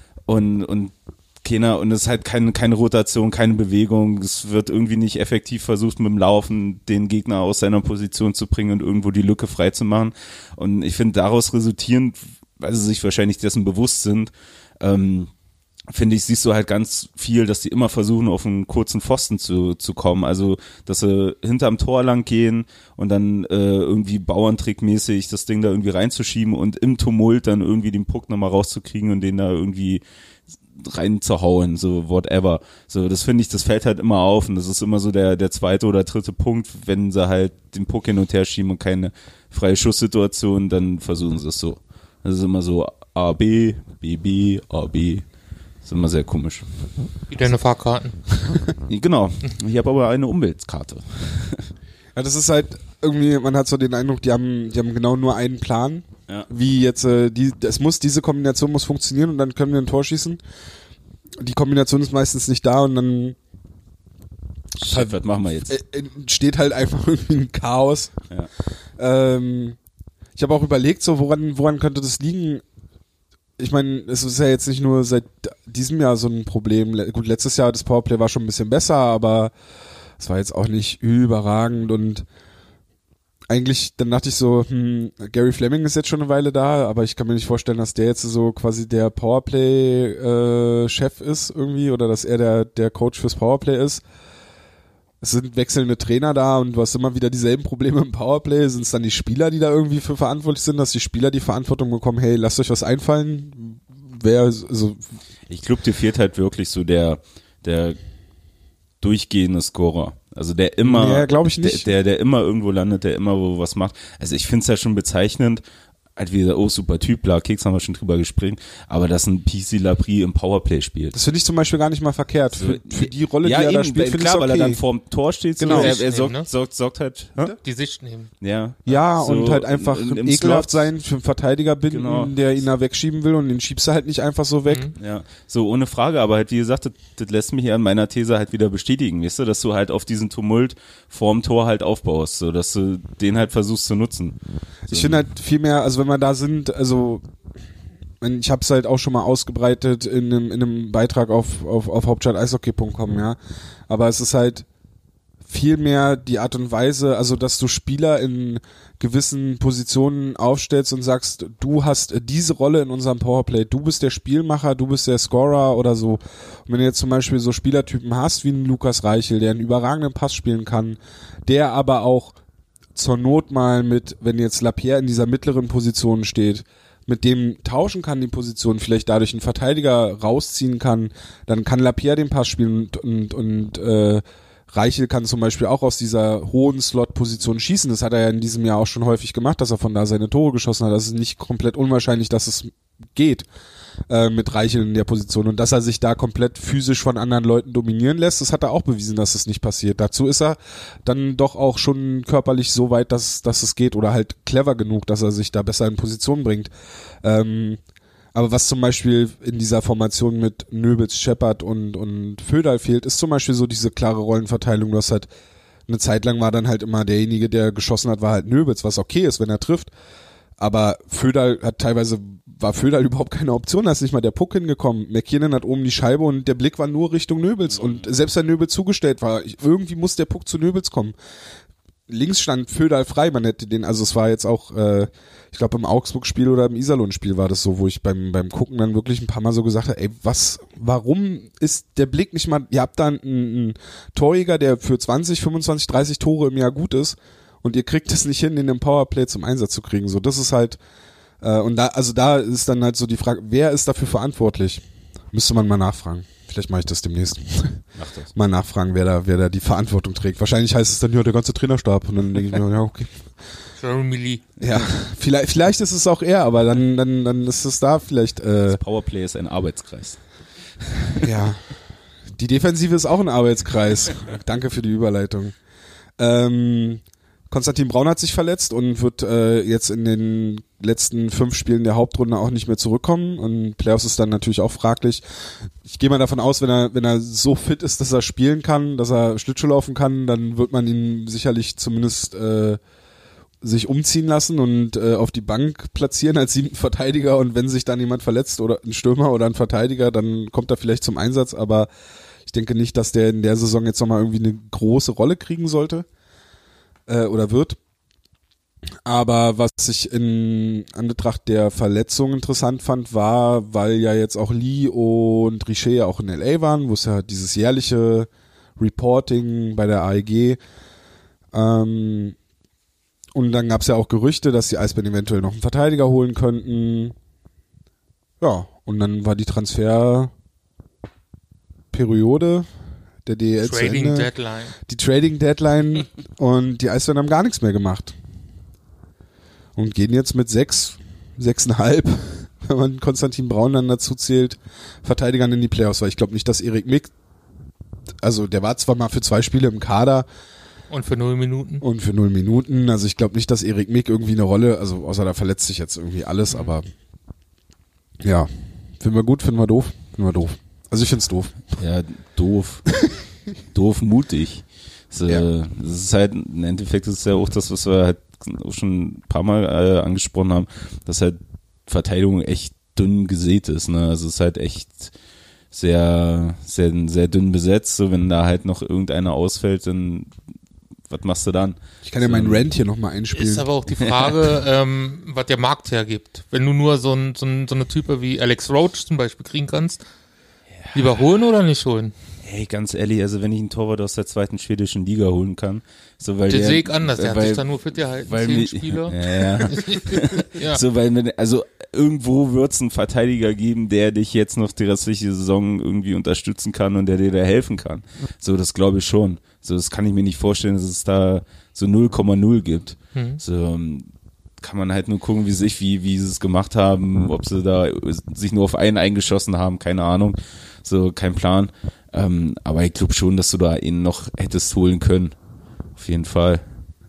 Und es ist halt keine Rotation, keine Bewegung, es wird irgendwie nicht effektiv versucht mit dem Laufen den Gegner aus seiner Position zu bringen und irgendwo die Lücke frei zu machen und ich finde daraus resultierend, weil sie sich wahrscheinlich dessen bewusst sind, finde ich, siehst du halt ganz viel, dass die immer versuchen, auf einen kurzen Pfosten zu kommen. Also, dass sie hinterm Tor lang gehen und dann irgendwie Bauerntrickmäßig das Ding da irgendwie reinzuschieben und im Tumult dann irgendwie den Puck nochmal rauszukriegen und den da irgendwie reinzuhauen, so whatever. So, das finde ich, das fällt halt immer auf und das ist immer so der zweite oder dritte Punkt, wenn sie halt den Puck hin und her schieben und keine freie Schusssituation, dann versuchen sie es so. Das ist immer so A, B, B, B, A, B. Das ist immer sehr komisch. Wie deine Fahrkarten. Genau. Ich habe aber eine Umweltkarte. Ja, das ist halt irgendwie, man hat so den Eindruck, die haben genau nur einen Plan. Ja. Wie jetzt, diese Kombination muss funktionieren und dann können wir ein Tor schießen. Die Kombination ist meistens nicht da und dann Chef, was machen wir jetzt? Entsteht halt einfach irgendwie ein Chaos. Ja. Ich habe auch überlegt, so woran könnte das liegen? Ich meine, es ist ja jetzt nicht nur seit diesem Jahr so ein Problem. Gut, letztes Jahr das Powerplay war schon ein bisschen besser, aber es war jetzt auch nicht überragend und eigentlich, dann dachte ich so, Gary Fleming ist jetzt schon eine Weile da, aber ich kann mir nicht vorstellen, dass der jetzt so quasi der Powerplay-Chef ist irgendwie oder dass er der Coach fürs Powerplay ist. Es sind wechselnde Trainer da und du hast immer wieder dieselben Probleme im Powerplay. Sind es dann die Spieler, die da irgendwie für verantwortlich sind, dass die Spieler die Verantwortung bekommen, hey, lasst euch was einfallen? Ich glaube, dir fehlt halt wirklich so der der durchgehende Scorer. Also der immer, Nee, glaub ich nicht. Der immer irgendwo landet, der immer wo was macht. Also ich finde es ja schon bezeichnend, halt wieder, oh, super Typ, klar, Keks haben wir schon drüber gesprochen, aber dass ein PC Lapri im Powerplay spielt. Das finde ich zum Beispiel gar nicht mal verkehrt. Für die Rolle, die er da spielt, finde ich klar, okay. weil er dann vorm Tor steht, Genau. so, er Sicht nehmen, ne? sorgt halt, Die Sicht nehmen. ja. Ja, So und halt einfach im ekelhaft Slot. sein für einen Verteidiger binden, Genau. der ihn da wegschieben will und den schiebst du halt nicht einfach so weg. Ja, so ohne Frage, aber halt wie gesagt, das lässt mich ja an meiner These halt wieder bestätigen, weißt du, dass du halt auf diesen Tumult vorm Tor halt aufbaust, so dass du den halt versuchst zu nutzen. So. Ich finde halt viel mehr, also wenn wir da sind, also ich habe es halt auch schon mal ausgebreitet in einem Beitrag auf hauptstadt-eishockey.com, ja, aber es ist halt viel mehr die Art und Weise, also dass du Spieler in gewissen Positionen aufstellst und sagst, du hast diese Rolle in unserem Powerplay, du bist der Spielmacher, du bist der Scorer oder so. Und wenn du jetzt zum Beispiel so Spielertypen hast wie einen Lukas Reichel, der einen überragenden Pass spielen kann, der aber auch zur Not mal mit, wenn jetzt Lapierre in dieser mittleren Position steht, mit dem tauschen kann die Position, vielleicht dadurch einen Verteidiger rausziehen kann, dann kann Lapierre den Pass spielen und Reichel kann zum Beispiel auch aus dieser hohen Slot-Position schießen. Das hat er ja in diesem Jahr auch schon häufig gemacht, dass er von da seine Tore geschossen hat. Das ist nicht komplett unwahrscheinlich, dass es geht mit Reichel in der Position. Und dass er sich da komplett physisch von anderen Leuten dominieren lässt, das hat er auch bewiesen, dass es nicht passiert. Dazu ist er dann doch auch schon körperlich so weit, dass es geht oder halt clever genug, dass er sich da besser in Position bringt. Aber was zum Beispiel in dieser Formation mit Nöbels, Shepard und Föderl fehlt, ist zum Beispiel so diese klare Rollenverteilung. Du hast halt eine Zeit lang war dann halt immer derjenige, der geschossen hat, war halt Nöbels, was okay ist, wenn er trifft. Aber Föderl war Föderl überhaupt keine Option, da ist nicht mal der Puck hingekommen. McKinnon hat oben die Scheibe und der Blick war nur Richtung Nöbels. Und selbst wenn Nöbels zugestellt war, irgendwie muss der Puck zu Nöbels kommen. Links stand Föderl frei, man hätte den, also es war jetzt auch, ich glaube im Augsburg-Spiel oder im Iserlohn-Spiel war das so, wo ich beim Gucken dann wirklich ein paar Mal so gesagt habe, ey, warum ist der Blick nicht mal, ihr habt da einen Torjäger, der für 20, 25, 30 Tore im Jahr gut ist und ihr kriegt es nicht hin, in dem Powerplay zum Einsatz zu kriegen, so, das ist halt, und da ist dann halt so die Frage, wer ist dafür verantwortlich? Müsste man mal nachfragen. Vielleicht mache ich das demnächst. Mach das. Mal nachfragen, wer da die Verantwortung trägt. Wahrscheinlich heißt es dann, ja, der ganze Trainerstab. Und dann denke ich mir, ja, okay. Jeremy Lee. Ja, vielleicht ist es auch er, aber dann ist es da vielleicht, Das Powerplay ist ein Arbeitskreis. ja. Die Defensive ist auch ein Arbeitskreis. Danke für die Überleitung. Konstantin Braun hat sich verletzt und wird jetzt in den letzten 5 Spielen der Hauptrunde auch nicht mehr zurückkommen. Und Playoffs ist dann natürlich auch fraglich. Ich gehe mal davon aus, wenn er so fit ist, dass er spielen kann, dass er Schlittschuh laufen kann, dann wird man ihn sicherlich zumindest sich umziehen lassen und auf die Bank platzieren als 7. Verteidiger. Und wenn sich dann jemand verletzt oder ein Stürmer oder ein Verteidiger, dann kommt er vielleicht zum Einsatz. Aber ich denke nicht, dass der in der Saison jetzt nochmal irgendwie eine große Rolle kriegen sollte. Oder wird. Aber was ich in Anbetracht der Verletzung interessant fand, war, weil ja jetzt auch Lee und Richer ja auch in LA waren, wo es ja dieses jährliche Reporting bei der AEG und dann gab es ja auch Gerüchte, dass die Eisbären eventuell noch einen Verteidiger holen könnten. Ja, und dann war die Transferperiode der DEL zu Trading Ende. Deadline. Die Trading Deadline und die Eisbären haben gar nichts mehr gemacht. Und gehen jetzt mit 6,5, wenn man Konstantin Braun dann dazu zählt, Verteidigern in die Playoffs. Weil ich glaube nicht, dass Erik Mick, also der war zwar mal für 2 Spiele im Kader. Und für 0 Minuten. Also ich glaube nicht, dass Erik Mick irgendwie eine Rolle, also außer da verletzt sich jetzt irgendwie alles, aber ja. Finden wir gut, finden wir doof? Finden wir doof. Also ich find's doof. Ja, doof. Doof, mutig. Das ist halt, im Endeffekt ist es ja auch das, was wir halt auch schon ein paar Mal angesprochen haben, dass halt Verteidigung echt dünn gesät ist. Ne? Also es ist halt echt sehr, sehr, sehr dünn besetzt. So, wenn da halt noch irgendeiner ausfällt, dann was machst du dann? Ich kann ja meinen Rant hier nochmal einspielen. Ist aber auch die Frage, was der Markt hergibt. Wenn du nur so eine Type wie Alex Roach zum Beispiel kriegen kannst, lieber holen oder nicht holen? Hey, ganz ehrlich, also wenn ich einen Torwart aus der 2. schwedischen Liga holen kann, so weil Den der sehe ich anders, der hat sich da nur fit gehalten, 10 Spieler. Ja. Ja. So, also irgendwo wird es einen Verteidiger geben, der dich jetzt noch die restliche Saison irgendwie unterstützen kann und der dir da helfen kann. So, das glaube ich schon. So, das kann ich mir nicht vorstellen, dass es da so 0,0 gibt. So, kann man halt nur gucken, wie sie es gemacht haben, ob sie da sich nur auf einen eingeschossen haben, keine Ahnung. So, kein Plan. Aber ich glaube schon, dass du da ihn noch hättest holen können. Auf jeden Fall.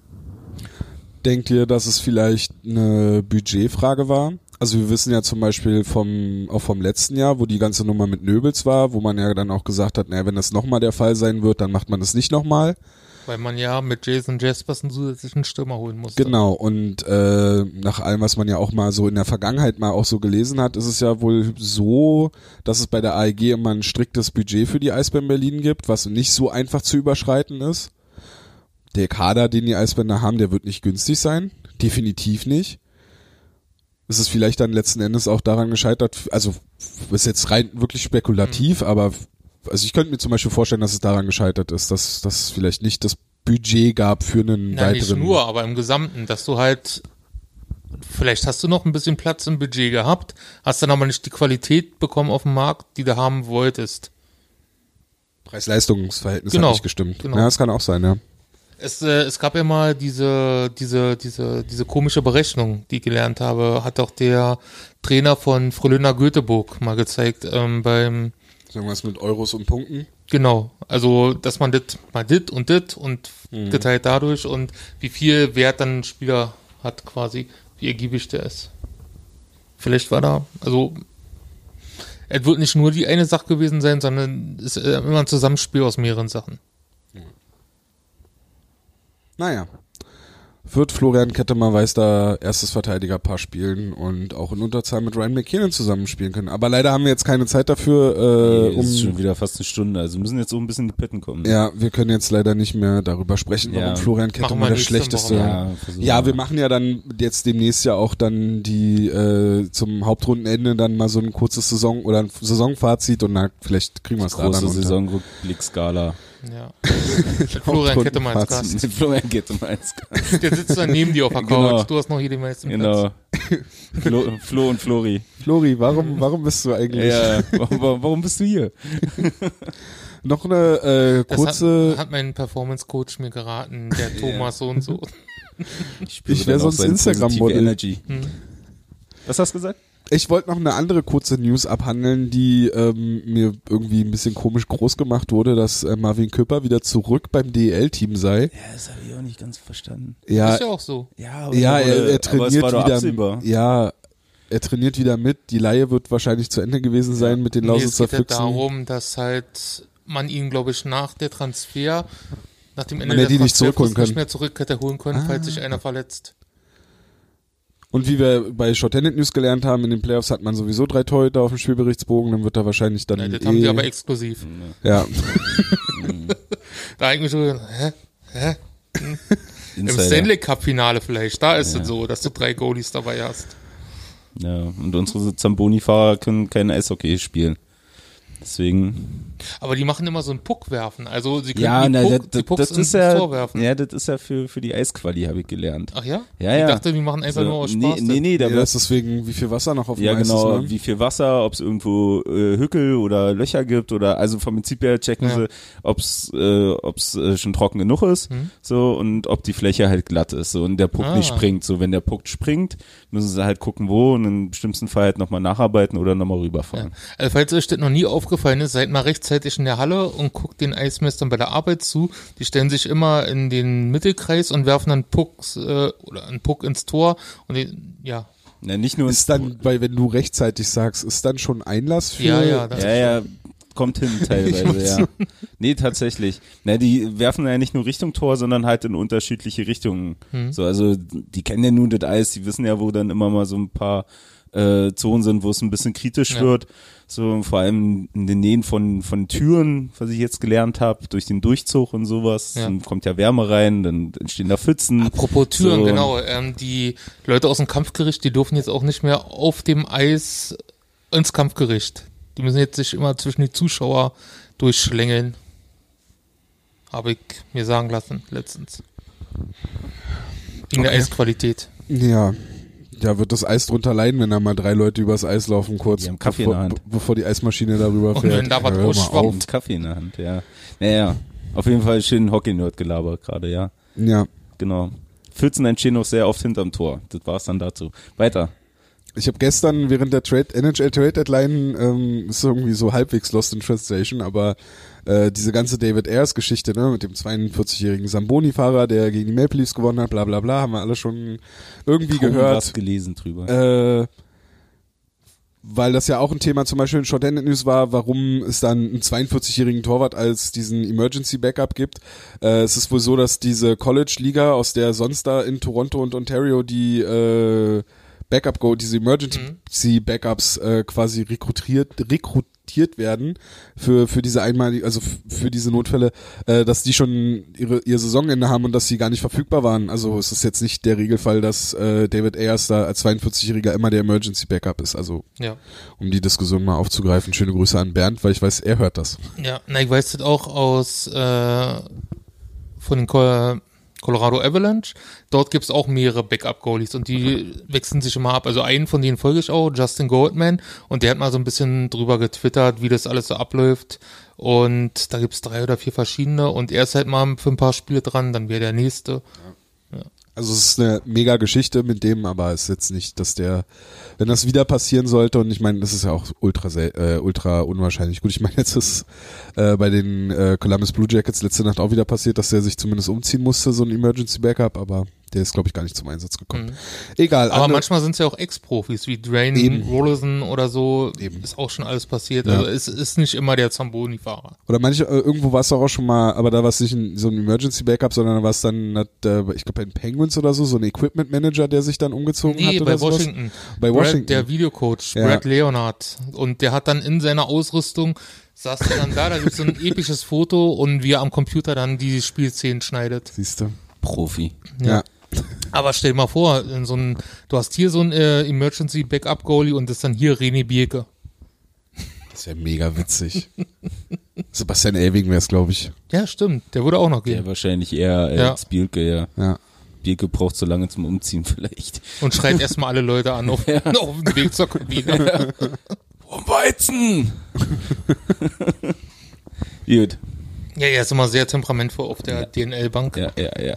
Denkt ihr, dass es vielleicht eine Budgetfrage war? Also wir wissen ja zum Beispiel auch vom letzten Jahr, wo die ganze Nummer mit Nöbels war, wo man ja dann auch gesagt hat, naja, wenn das nochmal der Fall sein wird, dann macht man das nicht nochmal. Weil man ja mit Jason Jaspers einen zusätzlichen Stürmer holen musste. Genau, und nach allem, was man ja auch mal so in der Vergangenheit mal auch so gelesen hat, ist es ja wohl so, dass es bei der AEG immer ein striktes Budget für die Eisbären Berlin gibt, was nicht so einfach zu überschreiten ist. Der Kader, den die Eisbären da haben, der wird nicht günstig sein, definitiv nicht. Es ist vielleicht dann letzten Endes auch daran gescheitert, also ist jetzt rein wirklich spekulativ, aber also ich könnte mir zum Beispiel vorstellen, dass es daran gescheitert ist, dass es vielleicht nicht das Budget gab für einen Nein, weiteren. nicht nur, aber im Gesamten, dass du halt, vielleicht hast du noch ein bisschen Platz im Budget gehabt, hast dann aber nicht die Qualität bekommen auf dem Markt, die du haben wolltest. Preis-Leistungs-Verhältnis Genau, hat nicht gestimmt. genau. Ja, das kann auch sein, ja. Es gab ja mal diese komische Berechnung, die ich gelernt habe, hat auch der Trainer von Frölunda Göteborg mal gezeigt, beim Irgendwas mit Euros und Punkten. Genau, also dass man das mal dit und geteilt dadurch und wie viel Wert dann ein Spieler hat quasi, wie ergiebig der ist. Vielleicht war da, also es wird nicht nur die eine Sache gewesen sein, sondern es ist immer ein Zusammenspiel aus mehreren Sachen. Naja. Wird Florian Kettemer weiß da erstes Verteidigerpaar spielen und auch in Unterzahl mit Ryan McKinnon zusammenspielen können. Aber leider haben wir jetzt keine Zeit dafür, Das ist schon wieder fast eine Stunde, also müssen jetzt so ein bisschen in die Pitten kommen. Ja, wir können jetzt leider nicht mehr darüber sprechen, warum Ja. Florian Machen Kettemer wir der nächste schlechteste. Woche. Ja, wir machen ja dann jetzt demnächst ja auch dann die zum Hauptrundenende dann mal so ein kurzes Saison oder ein Saisonfazit und na, vielleicht kriegen wir es da dann große unter. Saisonrückblickskala. Ja. Mit Florian Kettemer als Gast. Mit Florian Kettemer als Gast. Der sitzt dann neben dir auf der Couch. Genau. Du hast noch hier den meisten Genau. Flo und Flori. Flori, warum bist du eigentlich Ja, warum bist du hier? noch eine Das kurze hat mein Performance-Coach mir geraten, der Thomas so und so. spüre Ich wär dann auch sonst seine Instagram-Model. positive Energy. Was hast du gesagt? Ich wollte noch eine andere kurze News abhandeln, die mir irgendwie ein bisschen komisch groß gemacht wurde, dass Marvin Küpper wieder zurück beim DEL-Team sei. Ja, das habe ich auch nicht ganz verstanden. Ja, Ist ja auch so. Ja, er trainiert aber es war doch wieder. absehbar. Ja, er trainiert wieder mit. Die Leihe wird wahrscheinlich zu Ende gewesen sein mit den Nee, es Lausitzer geht ja Füchsen. darum, dass halt man ihn, glaube ich, nach dem Ende Man der hätte ihn nicht zurückholen Transferfrist können. nicht mehr zurück hätte holen können, falls sich einer verletzt. Und wie wir bei Shorthanded News gelernt haben, in den Playoffs hat man sowieso 3 Torhüter auf dem Spielberichtsbogen, dann wird er wahrscheinlich dann Nein, das haben die aber exklusiv. ja. Da eigentlich so, hä? Im Insider. Stanley Cup Finale vielleicht, da ist es so, dass du 3 Goalies dabei hast. Ja, und unsere Zamboni-Fahrer können kein Eishockey spielen. Deswegen. Aber die machen immer so einen Puck werfen. Also sie können Ja, die Pucks das ins ist ja, Tor werfen. ja, das ist ja für die Eisquali, habe ich gelernt. Ach ja? Ja, Ich ja. dachte, die machen einfach nur aus Spaß. Nee, da Ja, wird das ist deswegen, wie viel Wasser noch auf dem ja, Eis genau, ist, ne? wie viel Wasser, ob es irgendwo Hückel oder Löcher gibt oder also vom Prinzip her checken Ja. sie, ob es schon trocken genug ist, so und ob die Fläche halt glatt ist so und der Puck nicht springt. So wenn der Puck springt, müssen sie halt gucken, wo und im schlimmsten Fall halt nochmal nacharbeiten oder nochmal rüberfahren. Also falls euch das noch nie aufgefallen ist, seid mal rechtzeitig in der Halle und guckt den Eismessern bei der Arbeit zu. Die stellen sich immer in den Mittelkreis und werfen dann Pucks oder einen Puck ins Tor und Ja, nicht nur Ist dann, weil wenn du rechtzeitig sagst, ist dann schon Einlass für Ja, das ja, kommt hin teilweise, ja. Nee, tatsächlich. Na, die werfen ja nicht nur Richtung Tor, sondern halt in unterschiedliche Richtungen. So, also die kennen ja nun das Eis, die wissen ja, wo dann immer mal so ein paar Zonen sind, wo es ein bisschen kritisch wird. So, vor allem in den Nähen von Türen, was ich jetzt gelernt habe, durch den Durchzug und sowas. Ja. Dann kommt ja Wärme rein, dann entstehen da Pfützen. Apropos Türen, So. genau. Die Leute aus dem Kampfgericht, die dürfen jetzt auch nicht mehr auf dem Eis ins Kampfgericht. Die müssen jetzt sich immer zwischen die Zuschauer durchschlängeln. Habe ich mir sagen lassen, letztens. In der Eisqualität. Ja. Ja, wird das Eis drunter leiden, wenn da mal 3 Leute übers Eis laufen, kurz Die haben Kaffee in der Hand. bevor die Eismaschine darüber Und fährt. wenn da was Hör mal rausschwappt. Und Kaffee in der Hand, ja. Naja, auf jeden Fall schön Hockey-Nerd-Gelaber gerade, ja. Ja. Genau. 14 entstehen noch sehr oft hinterm Tor. Das war's dann dazu. Weiter. Ich habe gestern während der NHL Trade Deadline ist irgendwie so halbwegs lost in translation, aber diese ganze David Ayres Geschichte, ne, mit dem 42-jährigen Zamboni-Fahrer, der gegen die Maple Leafs gewonnen hat, bla bla bla, haben wir alle schon irgendwie Kaum gehört. was gelesen drüber. Weil das ja auch ein Thema zum Beispiel in Shorthanded News war, warum es dann einen 42-jährigen Torwart als diesen Emergency Backup gibt. Es ist wohl so, dass diese College-Liga, aus der sonst da in Toronto und Ontario die diese Emergency Backups quasi rekrutiert werden für diese einmalige, also für diese Notfälle, dass die schon ihr Saisonende haben und dass sie gar nicht verfügbar waren. Also es ist jetzt nicht der Regelfall, dass David Ayres da als 42-Jähriger immer der Emergency Backup ist. Also Ja. um die Diskussion mal aufzugreifen, schöne Grüße an Bernd, weil ich weiß, er hört das. Ja, na, ich weiß das auch aus von den Colorado Avalanche. Dort gibt's auch mehrere Backup-Goalies und die wechseln sich immer ab. Also einen von denen folge ich auch, Justin Goldman, und der hat mal so ein bisschen drüber getwittert, wie das alles so abläuft. Und da gibt's 3 oder 4 verschiedene und er ist halt mal für ein paar Spiele dran, dann wäre der nächste. Also es ist eine mega Geschichte mit dem, aber es ist jetzt nicht, dass wenn das wieder passieren sollte, und ich meine, das ist ja auch ultra unwahrscheinlich. Gut, ich meine, jetzt ist bei den Columbus Blue Jackets letzte Nacht auch wieder passiert, dass der sich zumindest umziehen musste, so ein Emergency Backup, aber der ist, glaube ich, gar nicht zum Einsatz gekommen. Egal. Aber manchmal sind es ja auch Ex-Profis, wie Dwayne Eben. Rollison oder so. Eben. Ist auch schon alles passiert. Ja. Also es ist nicht immer der Zamboni-Fahrer. Oder irgendwo war es auch schon mal, aber da war es nicht so ein Emergency Backup, sondern da war es dann, ich glaube bei den Penguins oder so ein Equipment Manager, der sich dann umgezogen hat Nee, oder bei sowas. Washington. Bei Washington. Brad, der Videocoach, Ja. Brad Leonard. Und der hat dann in seiner Ausrüstung, saß er dann da gibt es so ein episches Foto und wie er am Computer dann die Spielszenen schneidet. Siehst du. Profi. Ja. Aber stell dir mal vor, du hast hier so ein Emergency Backup Goalie und das ist dann hier René Bierke. Das ist ja mega witzig. Sebastian Elving wäre es, glaube ich. Ja, stimmt. Der würde auch noch Der gehen. wahrscheinlich eher Ja. als Bielke, ja. Ja. Bielke braucht so lange zum Umziehen vielleicht. Und schreit erstmal alle Leute an auf dem Weg zur Kabine. Um Weizen! Gut. Ja, er ist immer sehr temperamentvoll auf der DNL-Bank. Ja.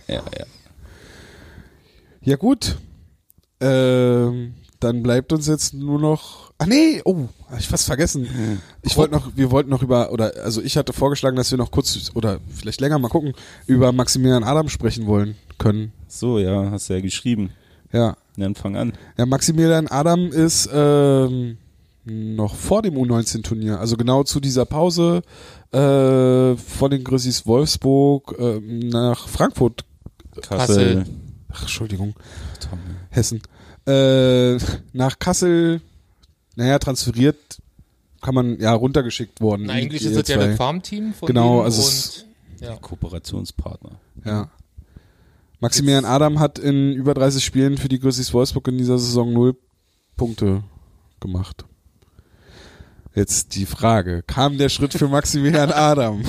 Ja gut. Dann bleibt uns jetzt nur noch. Ach nee, hab ich fast vergessen. Wir wollten noch ich hatte vorgeschlagen, dass wir noch kurz oder vielleicht länger mal gucken, über Maximilian Adam sprechen können. So, ja, hast du ja geschrieben. Ja. Dann fang an. Ja, Maximilian Adam ist noch vor dem U19-Turnier, also genau zu dieser Pause von den Grizzlies Wolfsburg nach Frankfurt. Kassel. Ach, Entschuldigung. Tom. Hessen. Nach Kassel, transferiert, kann man, runtergeschickt worden. Na, eigentlich Die ist das ja zwei. das Farmteam von Genau, denen also und ja. Kooperationspartner. Ja. Maximilian Adam hat in über 30 Spielen für die Grizzlies Wolfsburg in dieser Saison 0 Punkte gemacht. Jetzt die Frage, kam der Schritt für Maximilian Adam?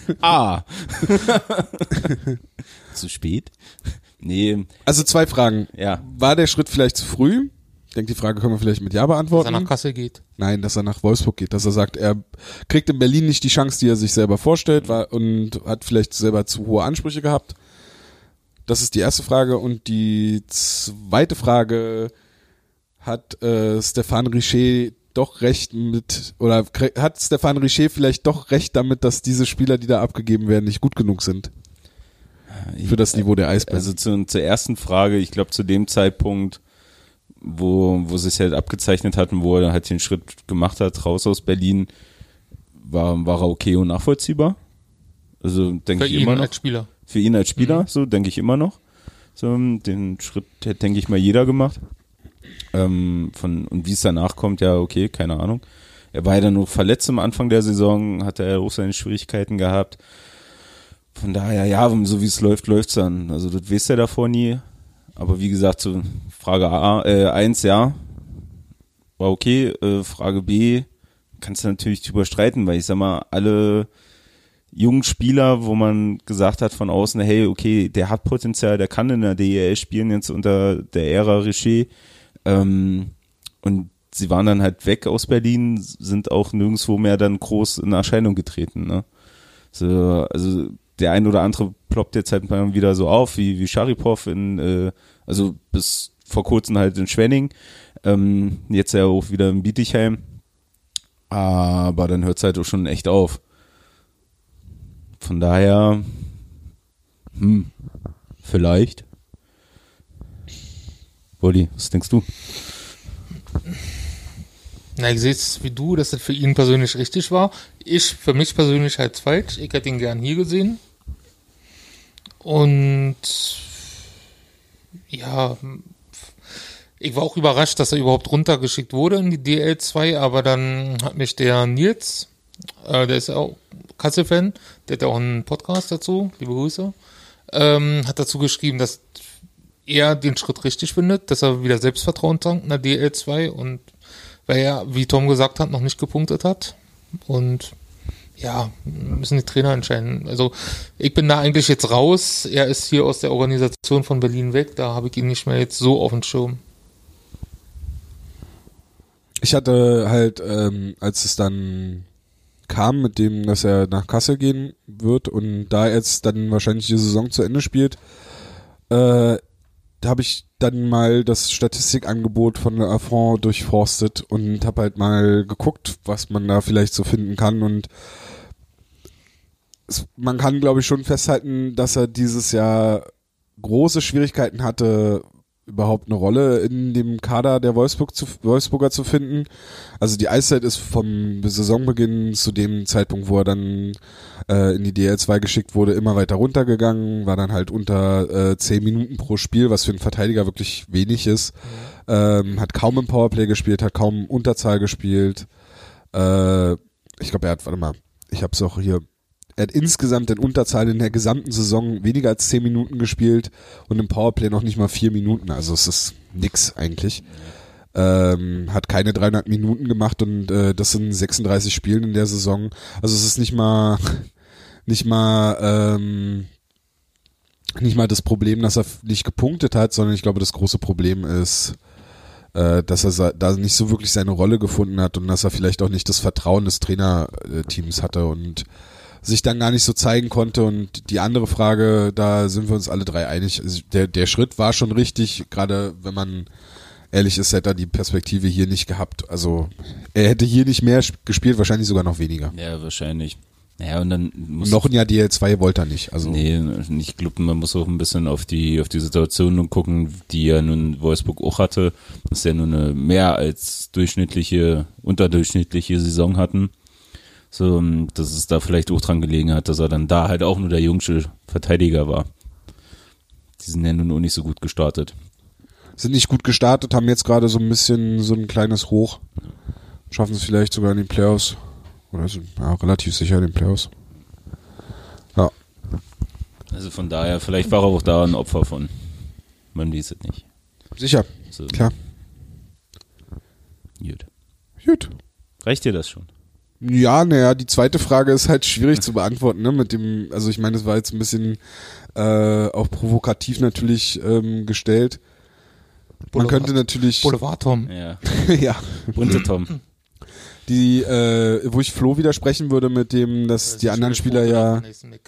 Zu spät? Nee, Also 2 Fragen. ja. War der Schritt vielleicht zu früh? Ich denke, die Frage können wir vielleicht mit Ja Dass beantworten. er nach Kassel geht. Nein, dass er nach Wolfsburg geht, dass er sagt, er kriegt in Berlin nicht die Chance, die er sich selber vorstellt und hat vielleicht selber zu hohe Ansprüche gehabt. Das ist die erste Frage. Und die zweite Frage, hat Stéphane Richer doch recht hat Stéphane Richer vielleicht doch recht damit, dass diese Spieler, die da abgegeben werden, nicht gut genug sind für das Niveau der Eisbären? Also zur ersten Frage, ich glaube zu dem Zeitpunkt, wo sich halt abgezeichnet hatten, wo er halt den Schritt gemacht hat, raus aus Berlin, war er okay und nachvollziehbar. Also denke Für ich ihn immer noch. als Spieler. Für ihn als Spieler, so denke ich immer noch. So, den Schritt hätte, denke ich mal, jeder gemacht. Und wie es danach kommt, ja, okay, keine Ahnung. Er war ja dann noch verletzt am Anfang der Saison, hatte er auch seine Schwierigkeiten gehabt. Von daher, ja, so wie es läuft, läuft's dann. Also das weiß er davor nie. Aber wie gesagt, zu Frage 1, ja, war okay. Frage B, kannst du natürlich drüber streiten, weil ich sag mal, alle jungen Spieler, wo man gesagt hat von außen, hey, okay, der hat Potenzial, der kann in der DEL spielen jetzt unter der Ära Richer, und sie waren dann halt weg aus Berlin, sind auch nirgendwo mehr dann groß in Erscheinung getreten, ne? So, also der ein oder andere ploppt jetzt halt mal wieder so auf, wie Scharipov also bis vor kurzem halt in Schwenning, jetzt ja auch wieder in Bietigheim, aber dann hört es halt auch schon echt auf. Von daher, vielleicht. Wolli, was denkst du? Na, ich sehe es wie du, dass das für ihn persönlich richtig war. Für mich persönlich halt falsch. Ich hätte ihn gern hier gesehen. Und ja, ich war auch überrascht, dass er überhaupt runtergeschickt wurde in die DL2, aber dann hat mich der Nils, der ist ja auch Kassel-Fan, der hat ja auch einen Podcast dazu, liebe Grüße, hat dazu geschrieben, dass er den Schritt richtig findet, dass er wieder Selbstvertrauen tankt in der DL2 und weil er, wie Tom gesagt hat, noch nicht gepunktet hat und ja, müssen die Trainer entscheiden. Also ich bin da eigentlich jetzt raus, er ist hier aus der Organisation von Berlin weg, da habe ich ihn nicht mehr jetzt so auf dem Schirm. Ich hatte halt, als es dann kam mit dem, dass er nach Kassel gehen wird und da jetzt dann wahrscheinlich die Saison zu Ende spielt, da habe ich dann mal das Statistikangebot von der Affront durchforstet und habe halt mal geguckt, was man da vielleicht so finden kann und man kann, glaube ich, schon festhalten, dass er dieses Jahr große Schwierigkeiten hatte, überhaupt eine Rolle in dem Kader der Wolfsburger zu finden. Also die Eiszeit ist vom Saisonbeginn zu dem Zeitpunkt, wo er dann in die DL2 geschickt wurde, immer weiter runtergegangen, war dann halt unter 10 Minuten pro Spiel, was für einen Verteidiger wirklich wenig ist. Hat kaum im Powerplay gespielt, hat kaum Unterzahl gespielt. Ich glaube, ich habe es auch hier. Er hat insgesamt in Unterzahl in der gesamten Saison weniger als 10 Minuten gespielt und im Powerplay noch nicht mal 4 Minuten. Also es ist nix eigentlich. Hat keine 300 Minuten gemacht und das sind 36 Spielen in der Saison. Also es ist nicht mal das Problem, dass er nicht gepunktet hat, sondern ich glaube, das große Problem ist, dass er da nicht so wirklich seine Rolle gefunden hat und dass er vielleicht auch nicht das Vertrauen des Trainerteams hatte und sich dann gar nicht so zeigen konnte. Und die andere Frage, da sind wir uns alle drei einig, der Schritt war schon richtig, gerade wenn man ehrlich ist, hätte er die Perspektive hier nicht gehabt. Also er hätte hier nicht mehr gespielt, wahrscheinlich sogar noch weniger. Ja, wahrscheinlich. Naja, und dann noch ein Jahr DL2 wollte er nicht. Also nee, ich glaube, man muss auch ein bisschen auf die Situation gucken, die ja nun Wolfsburg auch hatte, dass ja nun eine mehr als unterdurchschnittliche Saison hatten. So, dass es da vielleicht auch dran gelegen hat, dass er dann da halt auch nur der jüngste Verteidiger war. Die sind ja nun auch nicht so gut gestartet. Sind nicht gut gestartet, haben jetzt gerade so ein bisschen so ein kleines Hoch. Schaffen es vielleicht sogar in den Playoffs. Oder sind relativ sicher in den Playoffs. Ja. Also von daher, vielleicht war er auch da ein Opfer von. Man weiß es nicht. Sicher, so. Klar. Gut. Reicht dir das schon? Ja, naja, die zweite Frage ist halt schwierig zu beantworten, ne? Also ich meine, das war jetzt ein bisschen auch provokativ natürlich gestellt. Man könnte natürlich. Boulevard Tom. Ja. Ja. Bunte Tom. Wo ich Flo widersprechen würde mit dem, dass die anderen Spieler ja.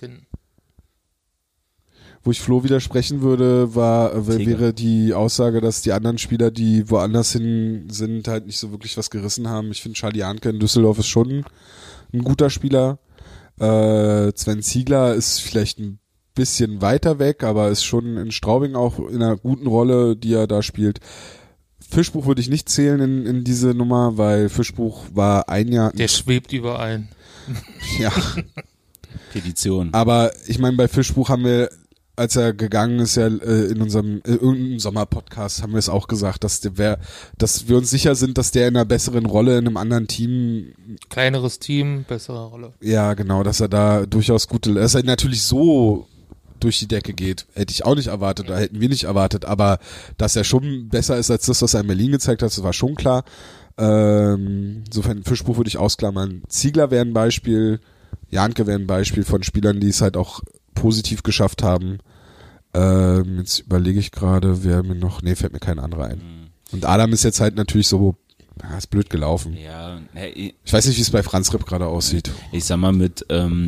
Wo ich Flo widersprechen würde, wäre die Aussage, dass die anderen Spieler, die woanders hin sind, halt nicht so wirklich was gerissen haben. Ich finde, Charlie Janke in Düsseldorf ist schon ein guter Spieler. Sven Ziegler ist vielleicht ein bisschen weiter weg, aber ist schon in Straubing auch in einer guten Rolle, die er da spielt. Fischbuch würde ich nicht zählen in diese Nummer, weil Fischbuch war ein Jahr... Der schwebt überall. Ja. Petition. Aber ich meine, bei Fischbuch haben wir, als er gegangen ist, ja in unserem irgendeinem Sommerpodcast haben wir es auch gesagt, dass wir uns sicher sind, dass der in einer besseren Rolle in einem anderen Team... Kleineres Team, bessere Rolle. Ja, genau, dass er da durchaus dass er natürlich so durch die Decke geht, hätte ich auch nicht erwartet, oder hätten wir nicht erwartet, aber dass er schon besser ist als das, was er in Berlin gezeigt hat, das war schon klar. Insofern Fischbuch würde ich ausklammern. Ziegler wäre ein Beispiel, Janke wäre ein Beispiel von Spielern, die es halt auch positiv geschafft haben. Jetzt überlege ich gerade, fällt mir kein anderer ein. Und Adam ist jetzt halt natürlich so, ist blöd gelaufen. Ja, ich weiß nicht, wie es bei Franz Ripp gerade aussieht. Ich sag mal, mit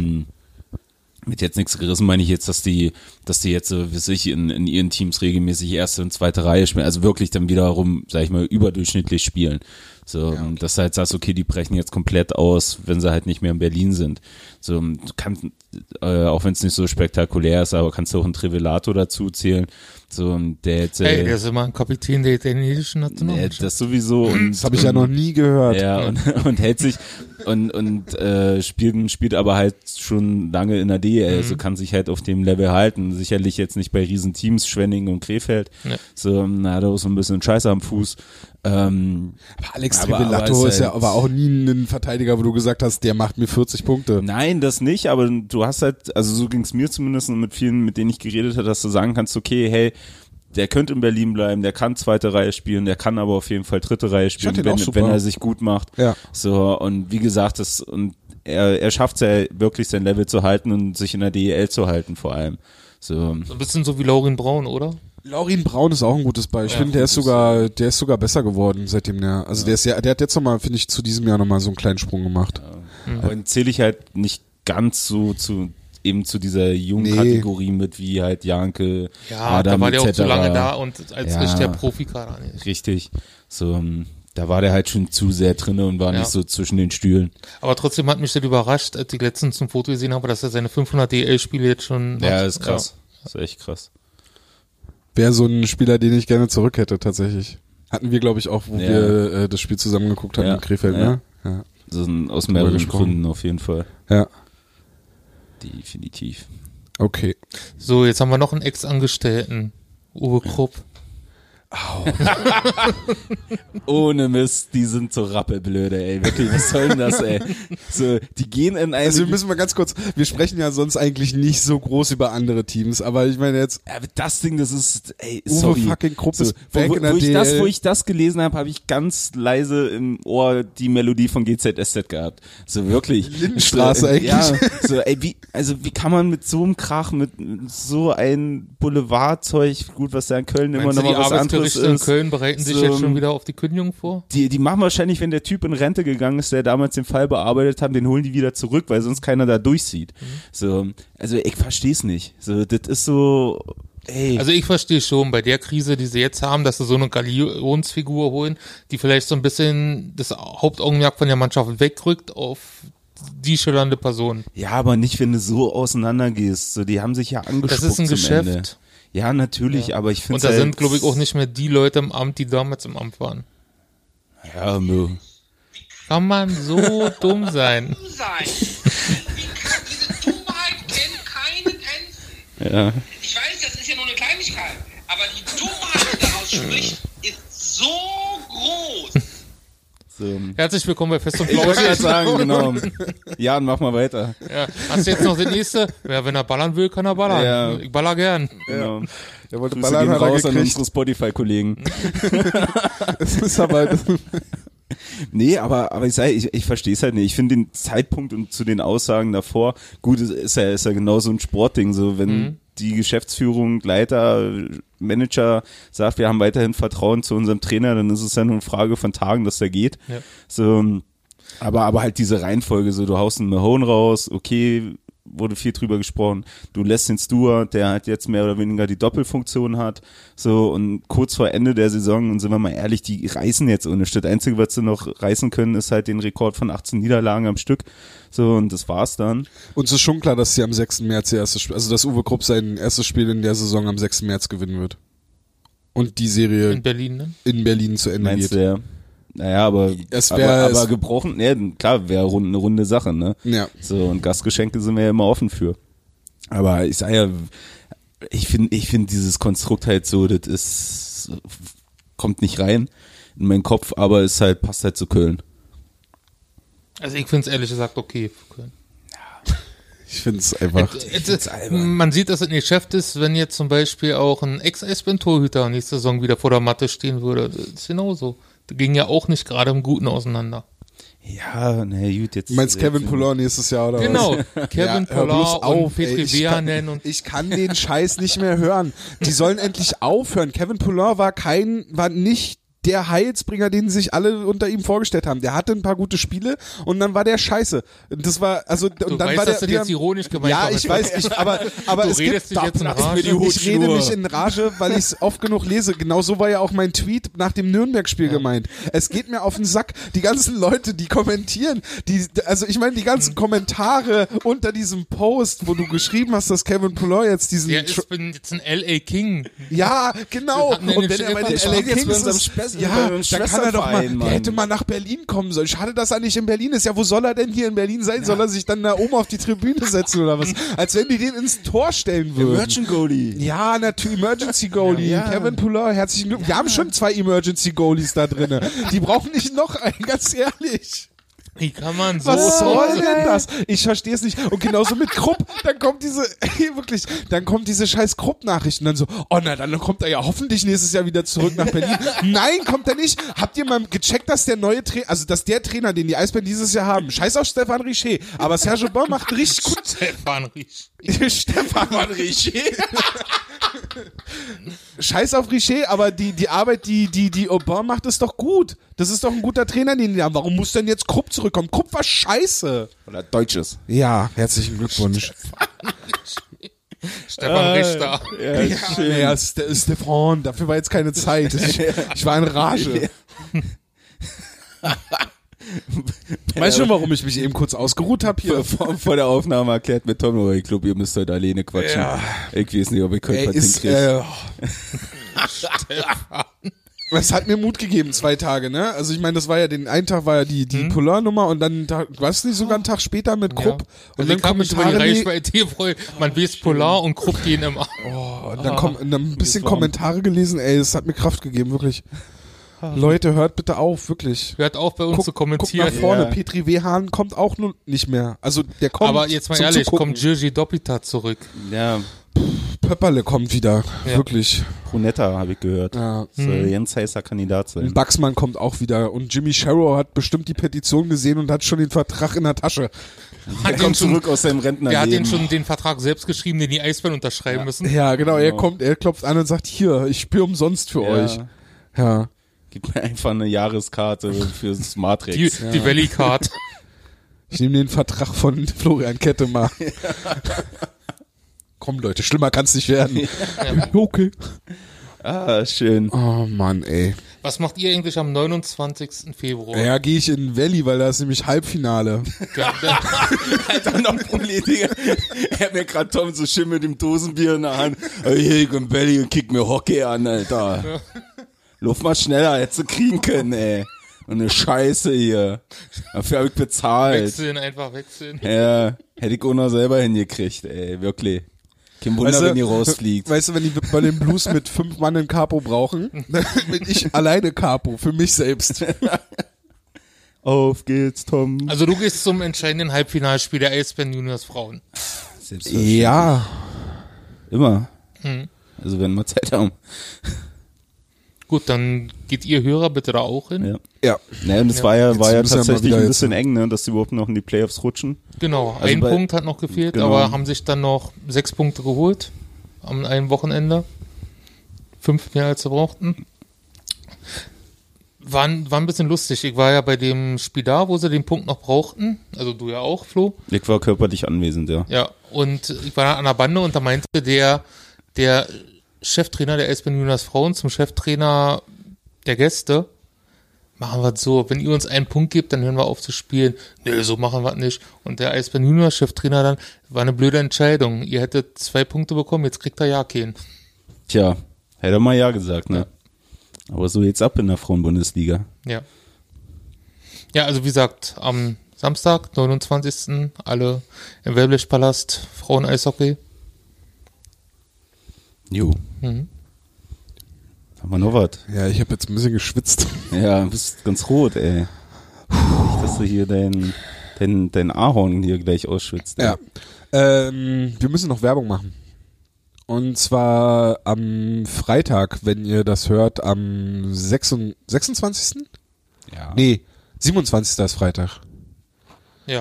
jetzt nichts gerissen meine ich jetzt, dass die jetzt so wie sich in ihren Teams regelmäßig erste und zweite Reihe spielen, also wirklich dann wiederum, sag ich mal, überdurchschnittlich spielen. So, ja, okay. Dass du halt sagst, okay, die brechen jetzt komplett aus, wenn sie halt nicht mehr in Berlin sind. So, du kannst, auch wenn es nicht so spektakulär ist, aber kannst du auch einen Trivelato dazu zählen. So, der jetzt, der ist immer ein Kapitän der italienischen Nationalmannschaft. Das sowieso. Und, das habe ich ja noch nie gehört. Ja, und hält sich und spielt aber halt schon lange in der DL, also kann sich halt auf dem Level halten. Sicherlich jetzt nicht bei Riesenteams, Schwenningen und Krefeld. Ja. So, hat auch so ein bisschen Scheiße am Fuß. Aber Alex Trivelato ist ja aber auch nie ein Verteidiger, wo du gesagt hast, der macht mir 40 Punkte. Nein, das nicht, aber du hast halt, also so ging es mir zumindest und mit vielen, mit denen ich geredet habe, dass du sagen kannst, okay, hey, der könnte in Berlin bleiben, der kann zweite Reihe spielen, der kann aber auf jeden Fall dritte Reihe spielen, wenn er sich gut macht. Ja. So, und wie gesagt, er schafft es ja wirklich, sein Level zu halten und sich in der DEL zu halten vor allem. So ein bisschen so wie Laurin Braun, oder? Laurin Braun ist auch ein gutes Beispiel. Ich finde, der ist sogar besser geworden seitdem der. Also der hat jetzt nochmal, finde ich, zu diesem Jahr nochmal so einen kleinen Sprung gemacht. Ja. Aber den zähle ich halt nicht ganz so zu dieser jungen Kategorie mit wie halt Janke, Adam, da war der etc. auch zu lange da und als richtiger Profikader nicht. Richtig. So, da war der halt schon zu sehr drin und war nicht so zwischen den Stühlen. Aber trotzdem hat mich das überrascht, als ich letztens zum Foto gesehen habe, dass er seine 500 DL-Spiele jetzt schon hat. Ja, ist krass. Ja. Das ist echt krass. Wäre so ein Spieler, den ich gerne zurück hätte, tatsächlich. Hatten wir, glaube ich, auch, wo wir das Spiel zusammen geguckt haben in Krefeld, ne? Ja. So aus mehreren Gründen auf jeden Fall. Ja. Definitiv. Okay. So, jetzt haben wir noch einen Ex-Angestellten. Uwe Krupp. Au. Ohne Mist, die sind so rappelblöde, ey. Wirklich, was soll denn das, ey? So, die gehen in eine... Also wir müssen mal ganz kurz, wir sprechen ja sonst eigentlich nicht so groß über andere Teams, aber ich meine jetzt... Aber das Ding, das ist, ey, Uwe sorry. fucking Krupp ist so, weg in der DL. Wo ich das gelesen habe ich ganz leise im Ohr die Melodie von GZSZ gehabt. So wirklich. Lindenstraße eigentlich. Ja, so, ey, wie kann man mit so einem Krach, mit so ein Boulevardzeug, gut, was da in Köln immer noch mal was anderes in Köln bereiten sich jetzt schon wieder auf die Kündigung vor? Die machen wahrscheinlich, wenn der Typ in Rente gegangen ist, der damals den Fall bearbeitet hat, den holen die wieder zurück, weil sonst keiner da durchsieht. So, also ich versteh's nicht. So, das ist so, ey. Also ich verstehe schon, bei der Krise, die sie jetzt haben, dass sie so eine Galionsfigur holen, die vielleicht so ein bisschen das Hauptaugenmerk von der Mannschaft wegrückt auf die schillernde Person. Ja, aber nicht, wenn du so auseinandergehst. So, die haben sich ja angespuckt. Das ist ein Geschäft. Ende. Ja, natürlich, aber ich finde und da sind, glaube ich, auch nicht mehr die Leute im Amt, die damals im Amt waren. Ja, Kann man so dumm sein? Diese Dummheit kennt keine Grenzen. Ja. Ich weiß, das ist ja nur eine Kleinigkeit, aber die Dummheit, die daraus spricht, ist so groß. So. Herzlich willkommen bei Fest und Ich wollte Flauschig. gerade sagen, genau. Jan, mach mal weiter. Ja. Hast du jetzt noch das nächste? Ja, wenn er ballern will, kann er ballern. Ja. Ich baller gern. Genau. Der wollte Grüße ballern, gehen hat er raus an gekriegt. unsere Spotify-Kollegen. Das ist aber... Nee, aber ich verstehe es halt nicht. Ich finde den Zeitpunkt und zu den Aussagen davor, gut, ist ja genau so ein Sportding, so wenn die Geschäftsführung, Leiter, Manager sagt, wir haben weiterhin Vertrauen zu unserem Trainer, dann ist es ja nur eine Frage von Tagen, dass der geht. Ja. So, aber halt diese Reihenfolge, so du haust einen Mahone raus, okay, wurde viel drüber gesprochen, du lässt den Stewart, der halt jetzt mehr oder weniger die Doppelfunktion hat, so, und kurz vor Ende der Saison, und sind wir mal ehrlich, die reißen jetzt ohne Stück. Das Einzige, was sie noch reißen können, ist halt den Rekord von 18 Niederlagen am Stück, so, und das war's dann. Uns ist schon klar, dass sie am 6. März ihr erstes Spiel, also dass Uwe Krupp sein erstes Spiel in der Saison am 6. März gewinnen wird. Und die Serie In Berlin, ne? in Berlin zu Ende Meinst geht. du, ja? Naja, aber gebrochen, ne, klar, wäre eine runde Sache, ne? Ja. So, und Gastgeschenke sind wir ja immer offen für. Aber ich sage ja, ich finde dieses Konstrukt halt so, das ist, kommt nicht rein in meinen Kopf, aber es halt, passt halt zu Köln. Also ich finde es ehrlich gesagt okay für Köln. Ich finde es einfach... Man sieht, dass es ein Geschäft ist, wenn jetzt zum Beispiel auch ein Ex-Eisbären-Torhüter nächste Saison wieder vor der Matte stehen würde. Das ist genauso. ging ja auch nicht gerade im Guten auseinander. Ja, na gut, jetzt. Du meinst Kevin Pollard nächstes Jahr oder Genau, was? Kevin hör bloß Pollard auf, und Petri ey. Veanen und Ich kann den Scheiß nicht mehr hören. Die sollen endlich aufhören. Kevin Pollard war nicht der Heilsbringer, den sich alle unter ihm vorgestellt haben. Der hatte ein paar gute Spiele und dann war der scheiße. Das war, also, und du dann weißt, war dass der, du jetzt ironisch gemeint ja, hast. ich weiß, aber Du es redest gibt, dich jetzt in Rage. ich rede mich in Rage, weil ich es oft genug lese. Genau so war ja auch mein Tweet nach dem Nürnberg-Spiel gemeint. Es geht mir auf den Sack. Die ganzen Leute, die kommentieren, also ich meine, die ganzen Kommentare unter diesem Post, wo du geschrieben hast, dass Kevin Pollard jetzt diesen... Der ist jetzt ein LA King. Ja, genau. Das hatten wir Und in wenn den er bei den Stefan LA Schwarz jetzt Kings bei unserem ist, Spess- ja, bei uns da kann er doch mal, Schwesterverein, der hätte Mann. mal nach Berlin kommen sollen. Schade, dass er nicht in Berlin ist. Ja, wo soll er denn hier in Berlin sein? Soll er sich dann da oben auf die Tribüne setzen oder was? Als wenn die den ins Tor stellen würden. Merchant Goalie. Ja, natürlich, Emergency Goalie. Ja. Kevin Pollard, herzlichen Glückwunsch. Wir haben schon 2 Emergency Goalies da drin. Die brauchen nicht noch einen, ganz ehrlich. Wie kann man so... Was soll denn das? Ich verstehe es nicht. Und genauso mit Krupp, dann kommt dann kommt diese scheiß Krupp-Nachricht und dann so, oh na, dann kommt er ja hoffentlich nächstes Jahr wieder zurück nach Berlin. Nein, kommt er nicht. Habt ihr mal gecheckt, dass der neue Trainer, also dass der Trainer, den die Eisbären dieses Jahr haben, scheiß auf Stefan Richer, aber Serge Aubin macht richtig gut. Stefan Riesch. Stefan Richer. Scheiß auf Richer, aber die Arbeit, die Aubin macht, ist doch gut. Das ist doch ein guter Trainer, den die haben. Warum muss denn jetzt Krupp zurückkommen? Krupp war scheiße. Oder Deutsches. Ja, herzlichen Glückwunsch. Stefan Richter. Ja, Stefan, dafür war jetzt keine Zeit. Ich war in Rage. Weißt du schon, warum ich mich eben kurz ausgeruht habe hier? Vor der Aufnahme erklärt mir Tom, ich glaube, ihr müsst heute alleine quatschen. Ja. Ich weiß nicht, ob ich heute was hinkriege. Es hat mir Mut gegeben, 2 Tage, ne? Also ich meine, das war ja, den einen Tag war ja die Polar-Nummer und dann, was nicht, sogar einen Tag später mit Krupp. Ja. Und Also dann ich kann mich über die Kommentare, Reichweite freuen. Man weiß Polar und Krupp gehen immer. und dann ein bisschen Kommentare gelesen, ey, das hat mir Kraft gegeben, wirklich. Leute, hört bitte auf, wirklich. Hört auf, bei uns zu Guck kommentieren. nach vorne, Ja. Petri Wehan kommt auch nun nicht mehr. Also der kommt. Aber jetzt mal zum ehrlich, Zugucken. kommt Jirgi Dopita zurück. Ja, Pöpperle kommt wieder, Ja. wirklich. Brunetta habe ich gehört. Ja. Soll ganz heißer Kandidat sein. Und Baxmann kommt auch wieder und Jimmy Sharrow hat bestimmt die Petition gesehen und hat schon den Vertrag in der Tasche. Er kommt zurück aus seinem Der hat den Rentnerleben. schon den Vertrag selbst geschrieben, den die Eisbären unterschreiben müssen. Ja, genau, er klopft an und sagt, hier, ich spiele umsonst für euch. Ja. Gib mir einfach eine Jahreskarte fürs Matrix. Die Valley Card. Ich nehme den Vertrag von Florian Kette mal. Komm Leute, schlimmer kann's nicht werden. Okay. Ah, schön. Oh Mann, ey. Was macht ihr eigentlich am 29. Februar? Ja, gehe ich in Valley, weil da ist nämlich Halbfinale. Alter, noch Problem, Digga. Er hat mir gerade Tom so schön mit dem Dosenbier in der Hand. Hey, ich komm Belly und kick mir Hockey an, Alter. Lauf mal schneller, hättest du kriegen können, ey. Und eine Scheiße hier. Dafür habe ich bezahlt. Einfach wechseln. Ja, hätte ich auch noch selber hingekriegt, ey, wirklich. Kein Wunder, Weißt du, wenn die rausfliegt. Weißt du, wenn die bei den Blues mit 5 Mann in Capo brauchen, dann bin ich alleine Capo, für mich selbst. Auf geht's, Tom. Also du gehst zum entscheidenden Halbfinalspiel der Eisbären Juniors Frauen. Selbstverständlich. Ja. Immer. Also wenn wir Zeit haben. Gut, dann geht ihr Hörer bitte da auch hin. Ja. Ja. Ne, und es war ja Jetzt müssen wir mal tatsächlich wieder ein jetzt- bisschen eng, ne, dass die überhaupt noch in die Playoffs rutschen. Genau, Also ein bei- Punkt hat noch gefehlt, Genau. aber haben sich dann noch 6 Punkte geholt am einem Wochenende. 5 mehr als sie brauchten. War ein bisschen lustig. Ich war ja bei dem Spiel da, wo sie den Punkt noch brauchten. Also du ja auch, Flo. Ich war körperlich anwesend, ja. Ja, und ich war an der Bande und da meinte der Cheftrainer der Eisbären Juniors Frauen zum Cheftrainer der Gäste, machen wir es so, wenn ihr uns einen Punkt gebt, dann hören wir auf zu spielen. Nö, so machen wir es nicht. Und der Eisbären Juniors Cheftrainer dann, war eine blöde Entscheidung. Ihr hättet 2 Punkte bekommen, jetzt kriegt er ja keinen. Tja, hätte er mal ja gesagt, ne? Aber so geht's ab in der Frauenbundesliga. Ja. Ja, also wie gesagt, am Samstag, 29. alle im Wellblechpalast, Frauen-Eishockey. Jo. Mhm. Haben wir noch was? Ja, ich habe jetzt ein bisschen geschwitzt. Ja, du bist ganz rot, ey. Nicht, dass du hier dein Ahorn hier gleich ausschwitzt. Ja. Wir müssen noch Werbung machen. Und zwar am Freitag, wenn ihr das hört, am 26. Ja. Nee, 27. ist Freitag. Ja.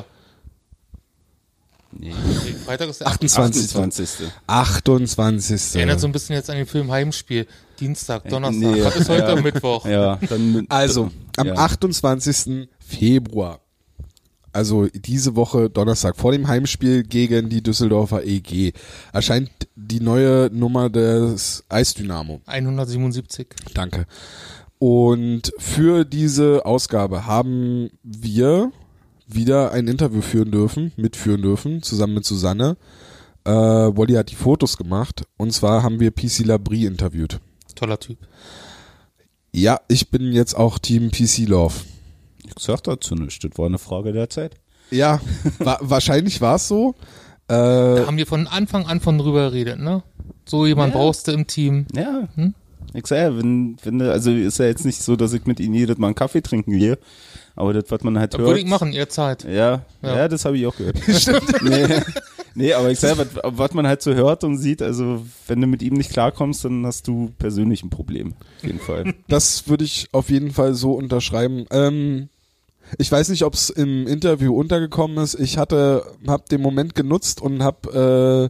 Nee. Nee, Freitag ist der 28. 28. 28. Erinnert so ein bisschen jetzt an den Film Heimspiel. Dienstag, Donnerstag. Nee. Was ist heute Ja. Mittwoch? Ja, dann Also, am ja. 28. Februar, also diese Woche Donnerstag, vor dem Heimspiel gegen die Düsseldorfer EG, erscheint die neue Nummer des Eisdynamo. 177. Danke. Und für diese Ausgabe haben wir wieder ein Interview mitführen dürfen, zusammen mit Susanne. Wally hat die Fotos gemacht und zwar haben wir PC Labrie interviewt. Toller Typ. Ja, ich bin jetzt auch Team PC Love. Ich sag dazu nichts, das war eine Frage der Zeit. Ja, wahrscheinlich war es so. Da haben wir von Anfang an von drüber geredet, ne? So jemand Ja. brauchst du im Team. Ja. Ich sag ja, wenn also ist ja jetzt nicht so, dass ich mit ihnen jedes Mal einen Kaffee trinken gehe, aber das, was man halt Das hört. würde ich machen, ihr Zeit. Ja, das habe ich auch gehört. Nee, aber ich sag, was man halt so hört und sieht, also wenn du mit ihm nicht klarkommst, dann hast du persönlich ein Problem. Auf jeden Fall. Das würde ich auf jeden Fall so unterschreiben. Ich weiß nicht, ob es im Interview untergekommen ist. Ich habe den Moment genutzt und habe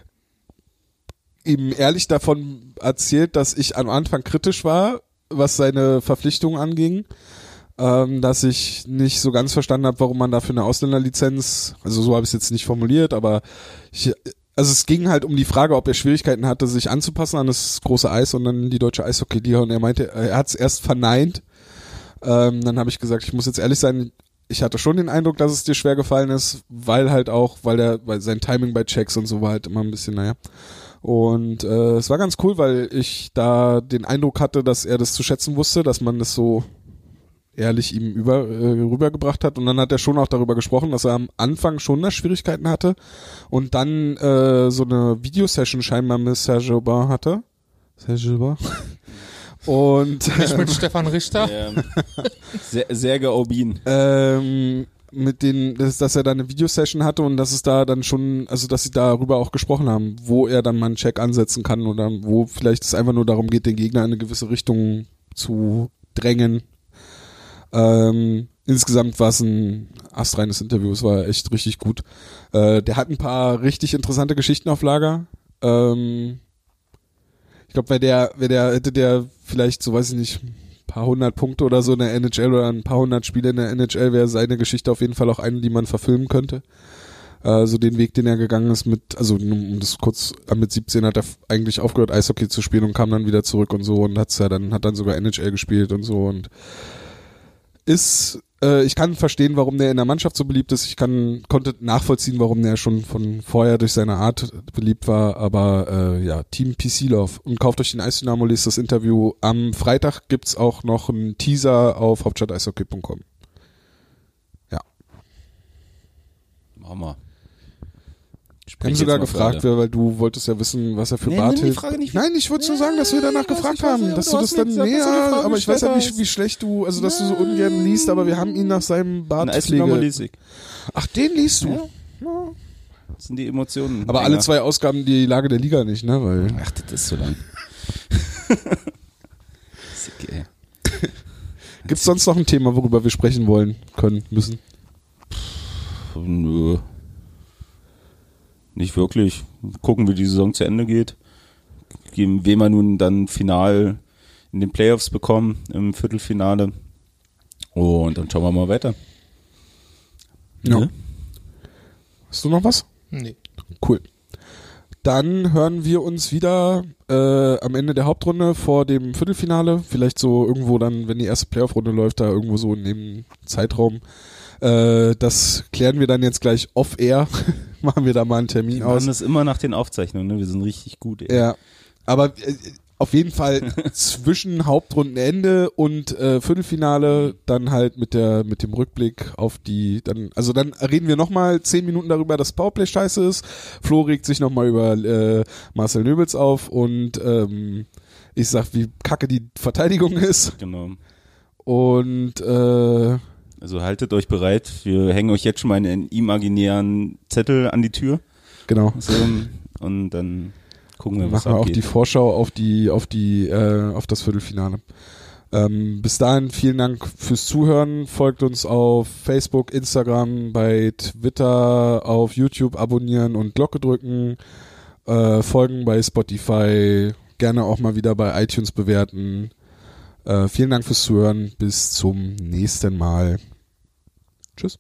ihm ehrlich davon erzählt, dass ich am Anfang kritisch war, was seine Verpflichtung anging. Dass ich nicht so ganz verstanden habe, warum man dafür eine Ausländerlizenz, also so habe ich es jetzt nicht formuliert, aber also es ging halt um die Frage, ob er Schwierigkeiten hatte, sich anzupassen an das große Eis und dann die deutsche Eishockey-Liga und er meinte, er hat es erst verneint. Dann habe ich gesagt, ich muss jetzt ehrlich sein, ich hatte schon den Eindruck, dass es dir schwer gefallen ist, weil sein Timing bei Checks und so war halt immer ein bisschen, naja. Und es war ganz cool, weil ich da den Eindruck hatte, dass er das zu schätzen wusste, dass man das so ehrlich ihm rübergebracht hat und dann hat er schon auch darüber gesprochen, dass er am Anfang schon da Schwierigkeiten hatte und dann so eine Videosession scheinbar mit Serge Aubin hatte. Serge Aubin? Und Nicht mit Stefan Richter. Serge Aubin. Dass er da eine Videosession hatte und dass es da dann schon, also dass sie darüber auch gesprochen haben, wo er dann mal einen Check ansetzen kann oder wo vielleicht es einfach nur darum geht, den Gegner in eine gewisse Richtung zu drängen. Insgesamt war es ein astreines Interview, es war echt richtig gut. Der hat ein paar richtig interessante Geschichten auf Lager. Ich glaube, hätte der vielleicht, so weiß ich nicht, ein paar hundert Punkte oder so in der NHL oder ein paar hundert Spiele in der NHL, wäre seine Geschichte auf jeden Fall auch eine, die man verfilmen könnte. So den Weg, den er gegangen ist um das kurz, mit 17 hat er eigentlich aufgehört, Eishockey zu spielen und kam dann wieder zurück und so und hat dann sogar NHL gespielt und so und ich kann verstehen, warum der in der Mannschaft so beliebt ist. Ich konnte nachvollziehen, warum der schon von vorher durch seine Art beliebt war. Aber Team PC Love. Und kauft euch den Eisdynamo, lest das Interview. Am Freitag gibt's auch noch einen Teaser auf hauptstadt-eishockey.com. Ja. Machen wir. Wir haben sogar gefragt, weil du wolltest ja wissen, was er für Barthilfe... Nein, ich wollte nur sagen, dass wir danach gefragt haben, dass du das dann näher... Aber ich weiß ja, wie schlecht du... Also, dass du so ungern liest, aber wir haben ihn nach seinem Bartpflege... Ach, den liest du? Ja. Das sind die Emotionen. Aber alle 2 Ausgaben die Lage der Liga nicht, ne? Weil Ach, das ist so lang. Sick, ey. Gibt's sonst noch ein Thema, worüber wir sprechen wollen, müssen? Nö. Nicht wirklich. Gucken, wie die Saison zu Ende geht. Wen wir nun dann final in den Playoffs bekommen, im Viertelfinale. Und dann schauen wir mal weiter. Ja. Ne? Hast du noch was? Nee. Cool. Dann hören wir uns wieder am Ende der Hauptrunde vor dem Viertelfinale. Vielleicht so irgendwo dann, wenn die erste Playoff-Runde läuft, da irgendwo so in dem Zeitraum. Das klären wir dann jetzt gleich off-air. Machen wir da mal einen Termin Wir aus. machen das immer nach den Aufzeichnungen, ne? Wir sind richtig gut, ey. Ja, aber auf jeden Fall zwischen Hauptrundenende und Viertelfinale dann halt mit dem Rückblick auf die, dann reden wir nochmal 10 Minuten darüber, dass Powerplay scheiße ist. Flo regt sich nochmal über Marcel Nöbels auf und ich sag, wie kacke die Verteidigung ist. Genau. Und Also haltet euch bereit. Wir hängen euch jetzt schon mal einen imaginären Zettel an die Tür. genau. So, und dann Gucken wir, was machen wir auch abgeht. die Vorschau auf das Viertelfinale. Bis dahin vielen Dank fürs Zuhören. Folgt uns auf Facebook, Instagram, bei Twitter, auf YouTube abonnieren und Glocke drücken. Folgen bei Spotify. Gerne auch mal wieder bei iTunes bewerten. Vielen Dank fürs Zuhören. Bis zum nächsten Mal. Tschüss.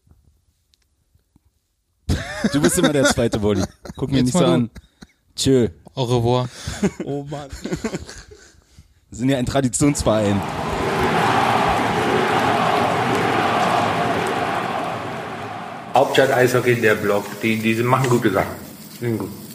Du bist immer der zweite Wolli. Guck mir Jetzt nicht so mal du. an. Tschö. Au revoir. Oh Mann. Wir sind ja ein Traditionsverein. Hauptstadt Eishockey, der Blog, die machen gute Sachen. Sind gut.